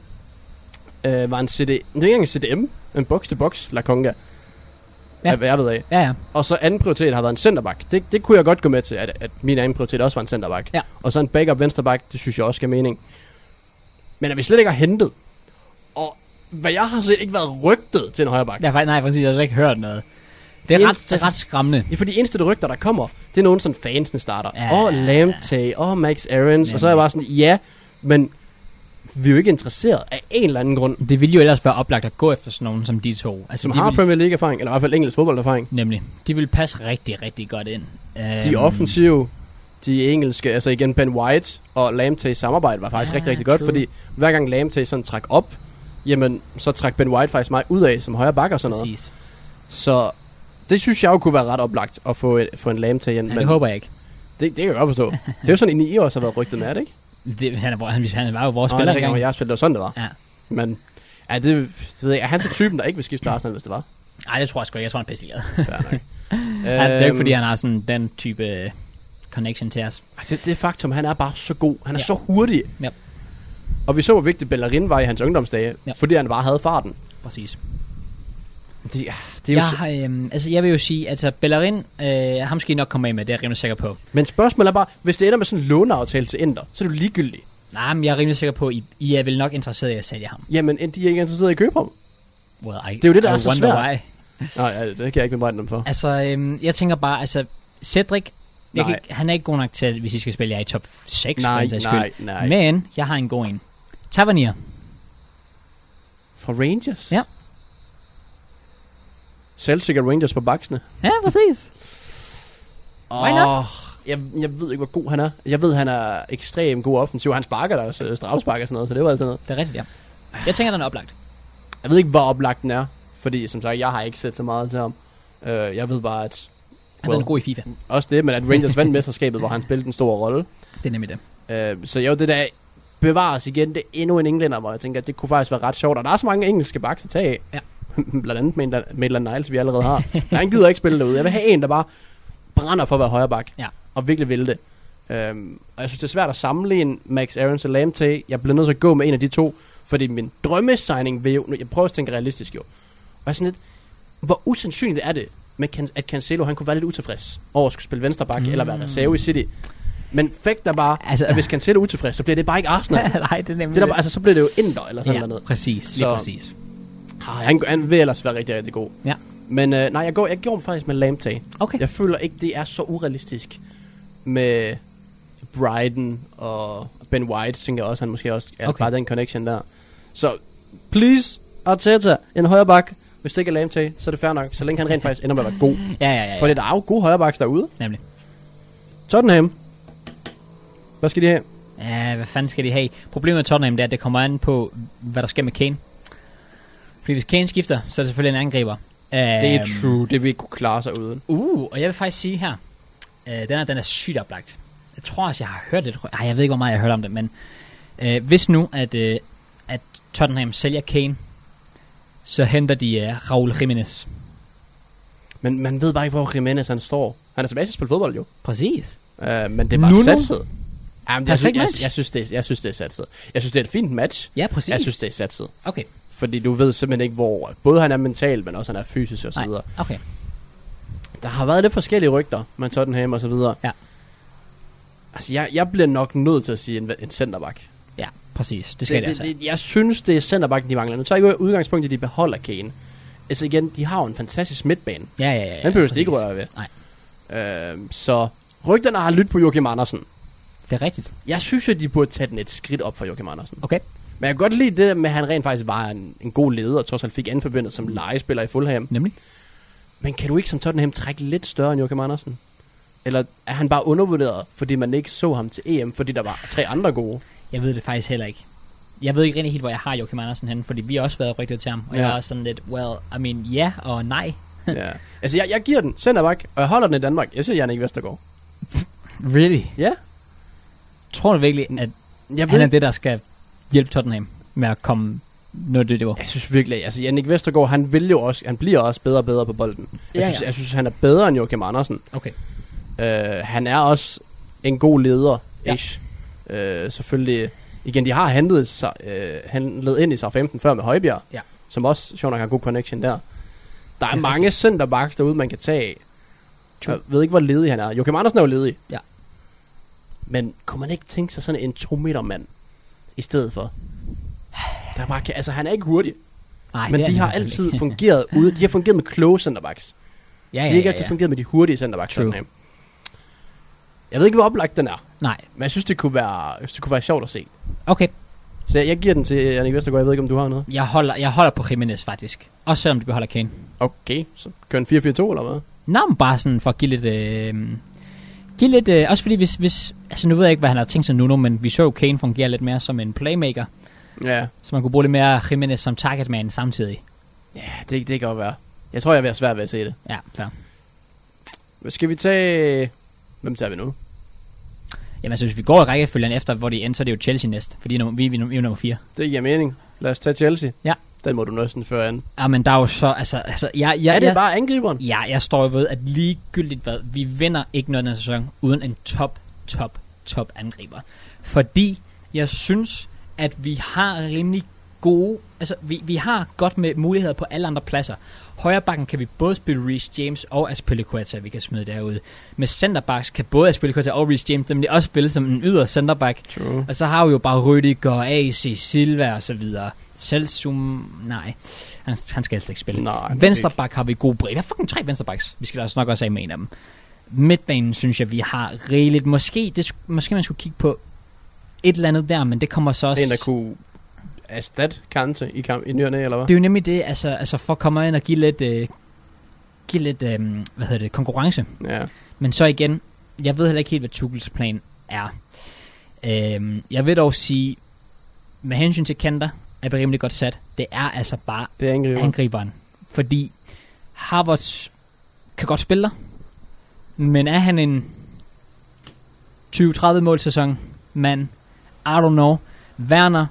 var en CD, det er ikke engang en CDM, en box-to-box La Conga. Ja. Jeg ved af. Ja. Og så anden prioritet har været en centerback. Det kunne jeg godt gå med til, at min anden prioritet også var en centerback. Ja. Og så en backup venstreback, det synes jeg også skal mening. Men at vi slet ikke har hentet, og hvad jeg har set ikke været rygtet til en højre back. Ja, nej, præcis, jeg har ikke hørt noget. Det er ret skræmmende. Ja, for de eneste rygter, der kommer, det er nogen sådan fansene starter. Lamptey, Max Aarons, og så er jeg bare sådan, ja, men vi er jo ikke interesseret af en eller anden grund. Det ville jo ellers være oplagt at gå efter sådan nogen som de to. Altså, som har Premier League erfaring, eller i hvert fald engelsk fodbolderfaring. Nemlig. De vil passe rigtig, rigtig godt ind. De offensive, de engelske, altså igen Ben White og Lamptey samarbejde var faktisk rigtig, rigtig godt, fordi hver gang Lamptey sådan træk op, jamen så træk Ben White faktisk meget ud af som højre back og sådan noget. Præcis. Så det synes jeg jo kunne være ret oplagt at få en Lamptey ind. Ja, det håber jeg ikke. Det kan jeg godt forstå. Det er jo sådan, i år har været rygtet med, er det ikke? Han var jo vores spiller engang. Jeg spillede, det var sådan, det var. Ja. Men det ved jeg, er han så typen, der ikke vil skifte til Arsenal, hvis det var? Nej, det tror jeg sgu ikke. Jeg tror, han er pisseglad. Det er ikke, fordi han har sådan den type connection til os. Det faktum, han er bare så god. Han er så hurtig. Ja. Og vi så, hvor vigtigt Bellerin var i hans ungdomsdage, fordi han bare havde farten. Præcis. Det er jeg vil jo sige, at Bellerin, ham skal I nok komme af med, det er jeg rimelig sikker på. Men spørgsmålet er bare, hvis det ender med sådan en låneaftale til Inter, så er det jo ligegyldigt. Nej, men jeg er rimelig sikker på, at I er vel nok interesseret i at sælge ham. Jamen, de er ikke interesseret i at købe ham. Well, det er jo det, der er så svært. Why. Nej, det kan jeg ikke bebrejde dem for. Altså, jeg tænker bare, altså, Cedric, han er ikke god nok til, hvis I skal spille jer i top 6. Nej. Men jeg har en god en. Tavernier. Fra Rangers? Ja. Celtic og Rangers på baksene. Ja, præcis. Jeg ved ikke, hvor god han er. Jeg ved, han er ekstremt god offensiv. Han sparker der også, strafsparker og sådan noget, så det var altid noget. Det er rigtigt, ja. Jeg tænker, den er oplagt. Jeg ved ikke, hvor oplagt den er, fordi som sagt, jeg har ikke set så meget til ham. Jeg ved bare, at han er god i FIFA. Også det, men at Rangers vandt mesterskabet, hvor han spillede en stor rolle. Det er nemlig det. Så jo, det der bevares igen, det er endnu en englænder, hvor jeg tænker, at det kunne faktisk være ret sjovt. Og der er så mange engelske baks at tage af. Ja. Blandt andet med Maitland Niles, vi allerede har. Han gider ikke spille derude. Jeg vil have en, der bare brænder for at være højre bak. Ja. Og virkelig vil det. Og jeg synes, det er svært at sammenligne Max Aarons og Lamptey. Jeg bliver nødt til at gå med en af de to. Fordi min drømmesigning vil jo... Jeg prøver at tænke realistisk jo. Og jeg sådan lidt... Hvor usandsynligt er det, at Cancelo han kunne være lidt utilfreds over at skulle spille venstre bak eller være reserve i City. Men fakt er bare, at hvis Cancelo er utilfreds, så bliver det bare ikke Arsenal. Nej, det er nemlig det. Altså, så bliver det jo Inter eller sådan noget. Præcis, lige præcis. Han vil ellers være rigtig, rigtig god. Ja. Men jeg går faktisk med Lamptey. Okay. Jeg føler ikke, det er så urealistisk med Brighton og Ben White, tænker jeg også, han måske også bare den connection der. Så please, Arteta, en højre bak. Hvis det ikke er Lamptey, så er det fair nok, så længe han rent faktisk ender med at være god. Ja. For der er jo gode højre backs derude. Nemlig. Tottenham. Hvad skal de have? Ja, hvad fanden skal de have? Problemet med Tottenham det er, at det kommer an på, hvad der sker med Kane. Fordi hvis Kane skifter, så er det selvfølgelig en angriber. Det er true, det vil ikke kunne klare sig uden. Og jeg vil faktisk sige her, den er sygt oplagt. Jeg tror også, jeg har hørt det. Jeg ved ikke, hvor meget jeg har hørt om det, men hvis nu, at Tottenham sælger Kane, så henter de Raúl Jiménez. Men man ved bare ikke, hvor Jiménez han står. Han er tilbage til at spille fodbold, jo. Præcis. Men det er bare satset. Jamen, jeg synes, det er satset. Jeg synes, det er et fint match. Ja, præcis. Jeg synes, det er satset. Okay. Fordi du ved simpelthen ikke, hvor både han er mental, men også han er fysisk og så videre. Okay. Der har været lidt forskellige rygter med Tottenham og så videre. Ja. Altså, jeg bliver nok nødt til at sige en centerback. Ja, præcis. Det skal det altså. Jeg synes, det er centerbacken, de mangler. Nu tager jeg ikke udgangspunkt i, at de beholder Kane. Altså igen, de har jo en fantastisk midtbane. Ja. Den behøver de ikke røre ved. Nej. Så Rygterne har lyttet på Joachim Andersen. Det er rigtigt. Jeg synes jo, de burde tage den et skridt op for Joachim Andersen. Okay. Men jeg kan godt lide det med, at han rent faktisk var en god leder, og trods alt fik anforbindet som legespiller i Fulham. Nemlig. Men kan du ikke som Tottenham trække lidt større end Joachim Andersen? Eller er han bare undervurderet, fordi man ikke så ham til EM, fordi der var 3 andre gode? Jeg ved det faktisk heller ikke. Jeg ved ikke rigtig helt, hvor jeg har Joachim Andersen henne, fordi vi har også været rygtet til ham. Og jeg er sådan lidt, ja og nej. Ja. Altså, jeg giver den centerback, og jeg holder den i Danmark. Jeg siger Jannik Vestergaard. Really? Ja. Tror du virkelig, at han er det, der skal hjælpe Tottenham med at komme noget det var? Jeg synes virkelig, altså Jannik Vestergaard, han bliver også bedre og bedre på bolden. Jeg synes, han er bedre end Joachim Andersen. Okay. Han er også en god leder, ish. Selvfølgelig, igen, de har handlet ind i Southampton før med Højbjerg, som også sjovt nok har god connection der. Der er mange centerbacks derude, man kan tage. Jeg ved ikke, hvor ledig han er. Joachim Andersen er jo ledig. Ja. Men kunne man ikke tænke sig sådan en 2-meter mand i stedet for? Der bare altså han er ikke hurtig. Nej, men de har altid fungeret ude. De har fungeret med kloge centerbacks. De har ikke altid fungeret med de hurtige centerbacks. Jeg ved ikke, hvor oplagt den er. Nej. Men jeg synes, det kunne være sjovt at se. Okay. Så jeg giver den til Jannik Vestergaard. Jeg ved ikke, om du har noget. Jeg holder på Jimenez faktisk. Også selvom de beholder Kane. Okay, så kører en 4-4-2 eller hvad? Nå, men bare sådan for at give lidt... også fordi hvis... Altså nu ved jeg ikke, hvad han har tænkt sig nu, men vi så jo Kane fungere lidt mere som en playmaker. Ja. Så man kunne bruge lidt mere Jimenez som targetman samtidig. Ja, det kan godt være. Jeg tror, jeg vil have svært ved at se det. Ja, fair. Skal vi tage... Hvem tager vi nu? Jamen altså, hvis vi går i rækkefølgen efter, hvor de ender, så er det jo Chelsea næst. Fordi vi er nummer 4. Det giver mening. Lad os tage Chelsea. Ja. Den må du næsten føre an. Ja, men der er jo så... Er det bare angriberen? Ja, jeg står jo ved, at ligegyldigt hvad... Vi vinder ikke noget den sæson uden en top angriber. Fordi jeg synes, at vi har rimelig gode... Altså, vi har godt med muligheder på alle andre pladser. Højre bakken kan vi både spille Reece James og Azpilicueta, vi kan smide derude. Med centerbacks kan både Azpilicueta og Reece James, nemlig også spille som en yder centerback. True. Og så har vi jo bare Rüdiger, AC, Silva og så videre. Celsum, nej. Han skal helst ikke spille. Venstreback har vi god bredde. Vi har fucking 3 venstrebacks. Vi skal da også nok også have med en af dem. Midtbanen synes jeg, vi har rigeligt. Måske man skulle kigge på et eller andet der, men det kommer så også... En, der kunne erstatte Kante i ny og næ, eller hvad? Det er jo nemlig det, altså for at komme ind og give lidt konkurrence. Ja. Men så igen, jeg ved heller ikke helt, hvad Tuchels plan er. Jeg vil dog sige, med hensyn til Kanter, er vi rimelig godt sat. Det er altså bare angriberen. Fordi Havertz kan godt spille der, men er han en 20-30 målsæson mand? I don't know. Werner,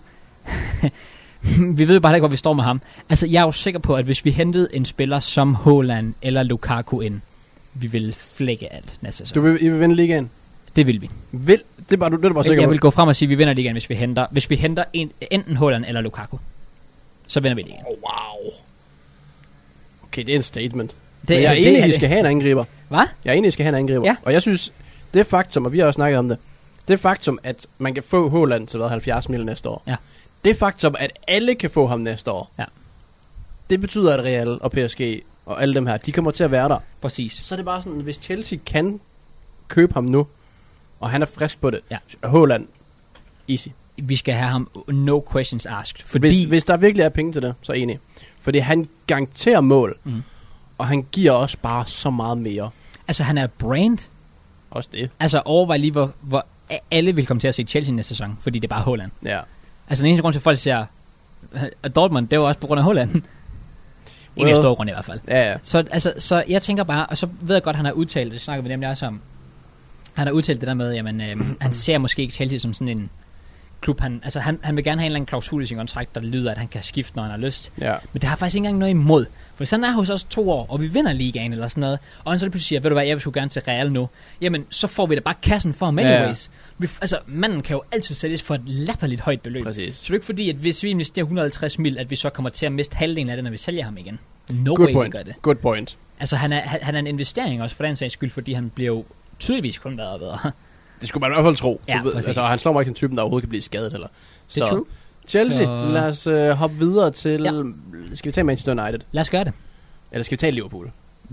vi ved bare ikke, hvor vi står med ham. Altså, jeg er jo sikker på, at hvis vi hentede en spiller som Haaland eller Lukaku ind, vi ville flække alt næste sæson. I vil vinde ligaen? Det vil vi. Det er bare sikker på? Jeg vil gå frem og sige, at vi vinder ligaen, hvis vi henter enten Haaland eller Lukaku. Så vinder vi ligaen. Oh, wow. Okay, det er en statement. Jeg er enig, at vi skal have en angriber. Hvad? Jeg er enig, at vi skal have en angriber. Ja. Og jeg synes, det faktum, og vi har også snakket om det, det faktum, at man kan få Haaland til 70 mil næste år. Ja. Det faktum, at alle kan få ham næste år. Ja. Det betyder, at Real og PSG og alle dem her, de kommer til at være der. Præcis. Så er det bare sådan, hvis Chelsea kan købe ham nu, og han er frisk på det, Haaland, easy. Vi skal have ham no questions asked. Fordi hvis der virkelig er penge til det, så enig. Fordi han garanterer mål, og han giver også bare så meget mere. Altså, han er brand. Også det. Altså, overvej lige, hvor alle vil komme til at se Chelsea næste sæson, fordi det er bare Haaland. Ja. Altså, den eneste grund til, at folk siger, at Dortmund, det var også på grund af Haaland. Ingen stor grund i hvert fald. Ja. Så jeg tænker bare, og så ved jeg godt, at han har udtalt, det snakker vi nemlig også om, han har udtalt det der med, jamen, han ser måske ikke Chelsea som sådan en klub, han vil gerne have en eller anden klausul i sin kontrakt, der lyder, at han kan skifte, når han har lyst. Ja. Men det har faktisk ikke engang noget imod. For sådan er hos os 2 år, og vi vinder ligaen eller sådan noget, og han så pludselig siger, ved du hvad, jeg vil sgu gerne til Real nu, jamen, så får vi da bare kassen for ham anyways. Altså, manden kan jo altid sælges for et latterligt højt beløb. Præcis. Så det er ikke fordi, at hvis vi investerer 150 mil, at vi så kommer til at miste halvdelen af det, når vi sælger ham igen. Vi gør det. Good point. Altså, han er en investering også for den sags skyld, fordi han bliver jo tydeligvis kun bedre. Det skulle man i hvert fald tro. Ja, altså, han slår mig ikke en typen, der overhovedet kan blive skadet heller. Det er true. Chelsea, lad os hoppe videre til... Ja. Skal vi tage Manchester United? Lad os gøre det. Eller skal vi tage Liverpool?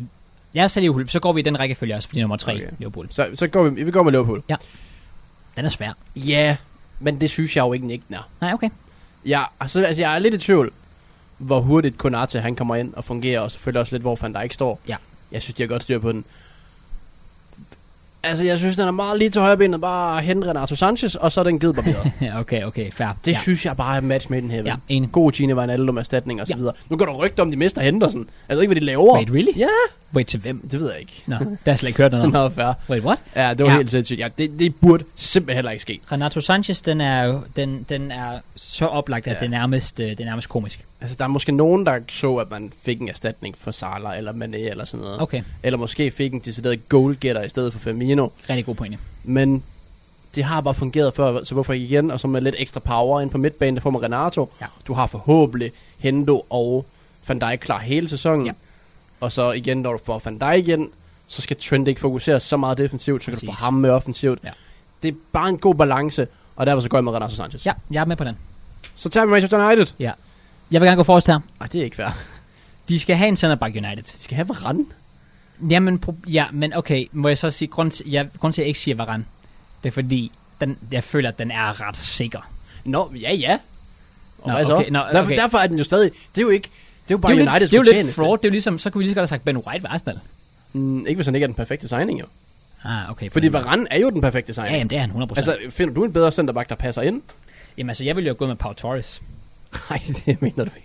Jeg sagde Liverpool, så går vi i den rækkefølge også, fordi nummer 3, okay. Liverpool. Så går vi går med Liverpool. Ja. Den er svær. Ja, men det synes jeg jo ikke er. Nej, okay. Ja, altså jeg er lidt i tvivl, hvor hurtigt Konate han kommer ind og fungerer, og selvfølgelig også lidt, hvor Van Dijk står. Ja. Jeg synes, de har godt styr på den. Altså, jeg synes, den er meget lige til højre benet, bare hente Renato Sanchez, og så er den givet bare videre. okay, fair. Det synes jeg bare er match made in heaven. Ja, enig. God Gini var en aldum erstatning og så videre. Nu går der rygter om, de mister Henderson. Jeg ved ikke, hvad de laver. Wait, really? Ja. Wait, til hvem? Det ved jeg ikke. Nå, der har slet ikke hørt noget om. Nå, fair. Wait, what? Ja, det var helt sindssygt. Ja, det burde simpelthen heller ikke ske. Renato Sanchez, den er så oplagt, at det er nærmest komisk. Altså, der er måske nogen, der så, at man fik en erstatning for Salah eller Mané eller sådan noget. Okay. Eller måske fik en decideret goalgetter i stedet for Firmino. Rigtig god pointe. Men det har bare fungeret før, så hvorfor ikke igen? Og så med lidt ekstra power ind på midtbanen, der får man Renato. Ja. Du har forhåbentlig Hendo og Van Dijk klar hele sæsonen. Ja. Og så igen, når du får Van Dijk igen, så skal Trent ikke fokusere så meget defensivt, så kan du få ham med offensivt. Ja. Det er bare en god balance, og derfor så går jeg med Renato Sanchez. Ja, jeg er med på den. Så tager vi Manchester United. Ja. Jeg vil gerne gå forrest her. Nej, det er ikke fair. De skal have en centerback United. De skal have Varane. Men okay, må jeg så sige, grund til at jeg ikke siger Varane, det er fordi, jeg føler, at den er ret sikker. Nå, ja. Nå, okay. Derfor er den jo stadig, det er jo bare Uniteds fortjeneste. Det er jo lidt fraud, det er jo ligesom, så kunne vi lige så godt have sagt Ben White ved Arsenal. Ikke hvis han ikke er den perfekte signing, jo. Okay. Fordi Varane er jo den perfekte signing. Ja, jamen det er han 100%. Altså, finder du en bedre centerback, der passer ind? Jamen altså, jeg vil jo gå med Pau Torres. Nej, det mener du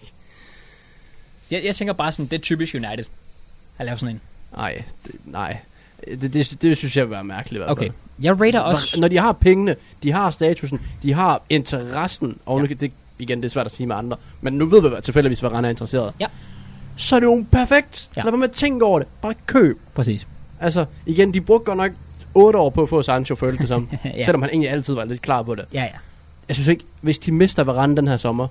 ikke. Jeg tænker bare sådan, det er typisk United at lave sådan en. Nej. Det synes jeg vil være mærkeligt. Okay, jeg rater også. Når de har pengene, de har statusen, de har interessen, og det er svært at sige med andre, men nu ved vi tilfældigvis, hvad Varane er interesseret. Ja. Så er det jo perfekt. Lad være med at tænke over det. Bare køb. Præcis. Altså, igen, de brugte godt nok 8 år på at få Sancho, følte det som. Ja. Selvom han egentlig altid var lidt klar på det. Ja. Jeg synes ikke, hvis de mister Varane den her sommer,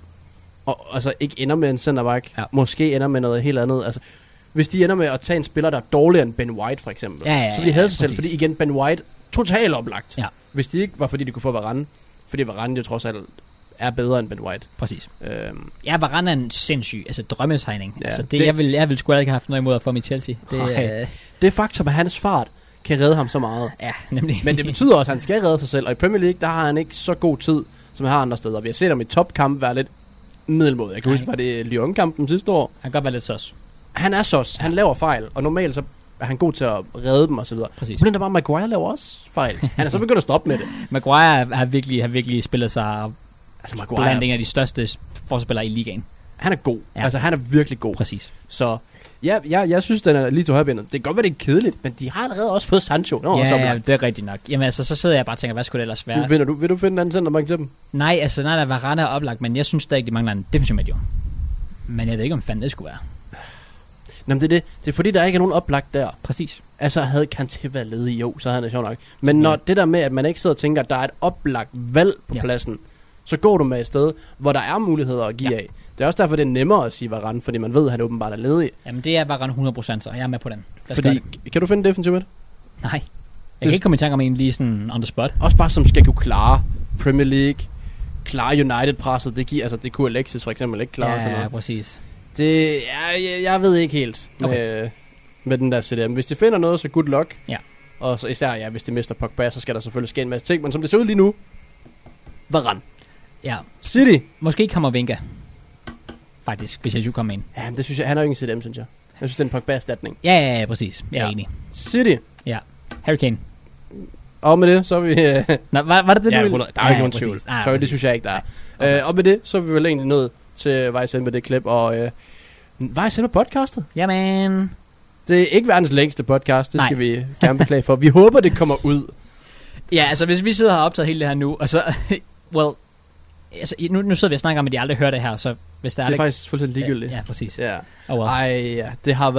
og altså ikke ender med en centerback, måske ender med noget helt andet. Altså, hvis de ender med at tage en spiller, der er dårligere end Ben White, for eksempel, så vil de have sig selv, fordi igen, Ben White, totalt oplagt. Ja. Hvis de ikke var, fordi de kunne få Varane, fordi Varane jo trods alt er bedre end Ben White. Præcis. Varane er en sindssyg, altså drømmetegning. Ja, altså, jeg vil sgu ikke have haft noget imod at få mit Chelsea. Det faktum, at hans fart kan redde ham så meget. Ja, nemlig. Men det betyder også, at han skal redde sig selv, og i Premier League, der har han ikke så god tid, som han har andre steder. Vi har set ham i topkamp være lidt middelmåde. Jeg kan huske, var det Lyon-kampen sidste år. Han kan godt være lidt sos. Han er sos. Han laver fejl, og normalt så er han god til at redde dem og så videre. Præcis. Men der bare Maguire laver også fejl. Han er så begyndt at stoppe med det. Maguire har virkelig spillet sig Maguire blandt en af de største forspillere i ligaen. Han er god. Ja. Altså han er virkelig god. Præcis. Så jeg synes, den er lige til højrebenet. Det kan godt være, det er kedeligt, men de har allerede også fået Sancho. Ja, det er rigtigt nok. Jamen altså, så sidder jeg bare og tænker, hvad skulle det ellers være? Vil du finde en anden centerbank til dem? Nej, altså der var Varane oplagt, men jeg synes stadig, de mangler en defensiv midtjord. Men jeg ved ikke, om fanden det skulle være. Nå, men det er fordi, der ikke er nogen oplagt der. Præcis. Altså, havde Kanté været ledig, jo, så havde det sjovt nok. Men når det der med, at man ikke sidder og tænker, at der er et oplagt valg på pladsen, så går du med et sted, hvor der er muligheder at give af. Det er også derfor, det er nemmere at sige Varane, fordi man ved, at han åbenbart er ledig. Jamen, det er Varane 100%, så jeg er med på den. Kan du finde defensiv midt? Nej. Jeg kan ikke komme i tanke om en lige sådan on the spot. Også bare som skal kunne klare Premier League, klare United-presset. Det kunne Alexis for eksempel ikke klare. Ja, præcis. Jeg ved ikke helt med den der CDM. Hvis de finder noget, så good luck. Ja. Og så især, hvis de mister Pogba, så skal der selvfølgelig ske en masse ting. Men som det ser ud lige nu, Varane. Ja. City. Måske kommer Wenger. Faktisk, hvis jeg skulle komme ind. Ja, men det synes jeg, han er jo ikke en CDM, synes jeg. Jeg synes, det er en Pogba-erstatning. Ja, præcis. Jeg er enig. City. Ja. Harry Kane. Og med det, så er vi... Nå, var det det, du ville? Der er ikke nogen tvivl. Sorry, det synes jeg ikke, der er. Okay. Og med det, så er vi vel egentlig nået til vejs ende med det klip, og vejs ende med podcastet. Jamen. Det er ikke verdens længste podcast, det skal vi gerne beklage for. Vi håber, det kommer ud. Ja, altså hvis vi sidder og har optaget hele det her nu, og så... altså, nu sidder vi og snakker om, at de aldrig hører det her, så hvis der det er faktisk fuldstændig ligegyldigt. Ja, præcis. Ja. Det har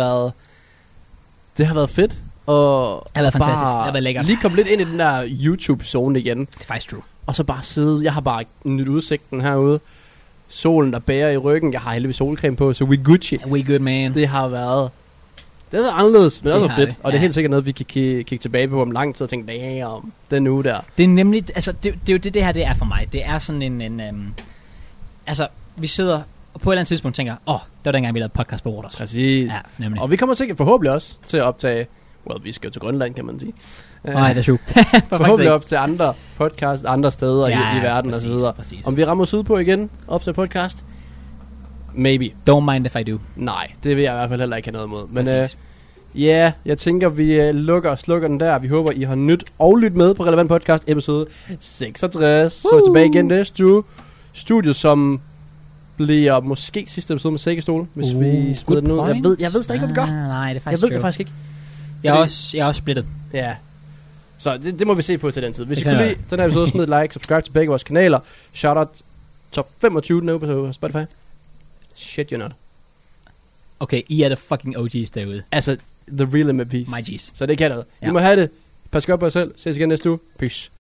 været fedt. Og det har været fantastisk. Det har været lækkert. Lige komme lidt ind i den der YouTube-zone igen. Det er faktisk true. Og så bare sidde. Jeg har bare nyt udsigten herude. Solen, der bærer i ryggen. Jeg har heldigvis solcreme på, så we Gucci. We good, man. Det har været anderledes, men også fedt. Det. Og det er helt sikkert noget, vi kan kigge tilbage på om lang tid og tænke, om den uge der. Det er nemlig, altså det er jo det her det er for mig. Det er sådan altså vi sidder på et eller andet tidspunkt tænker, det var dengang, vi lavede podcast på Ruders. Præcis. Ja, nemlig. Og vi kommer sikkert forhåbentlig også til at optage, vi skal jo til Grønland, kan man sige. Nej, det er sjovt. Forhåbentlig op til andre podcast, andre steder i verden præcis, og så videre. Præcis. Om vi rammer sydpå igen, op til podcast? Maybe. Don't mind if I do. Nej, det vil jeg i hvert fald heller ikke have noget imod. Men jeg tænker, vi lukker og slukker den der. Vi håber, I har nyt og lyttet med på Relevant Podcast episode 66. Så er vi tilbage igen næste uge. Studiet, som bliver måske sidste episode med sækkestol, hvis vi smider den ud. Jeg ved stadig ikke, hvad vi gør. Nej, det er faktisk jeg ved det faktisk ikke. Jeg er også splittet. Ja. Så det må vi se på til den tid. Hvis I kunne lide den her episode, smid et like, subscribe til begge vores kanaler. Shoutout top 25 den på Spotify. Shit, you're not. Okay, I er the fucking OG's derude. Altså, the real MVPs. My G's. Så det kan noget. Ja. I må have det. Pas godt på jer selv. Ses igen næste uge. Peace.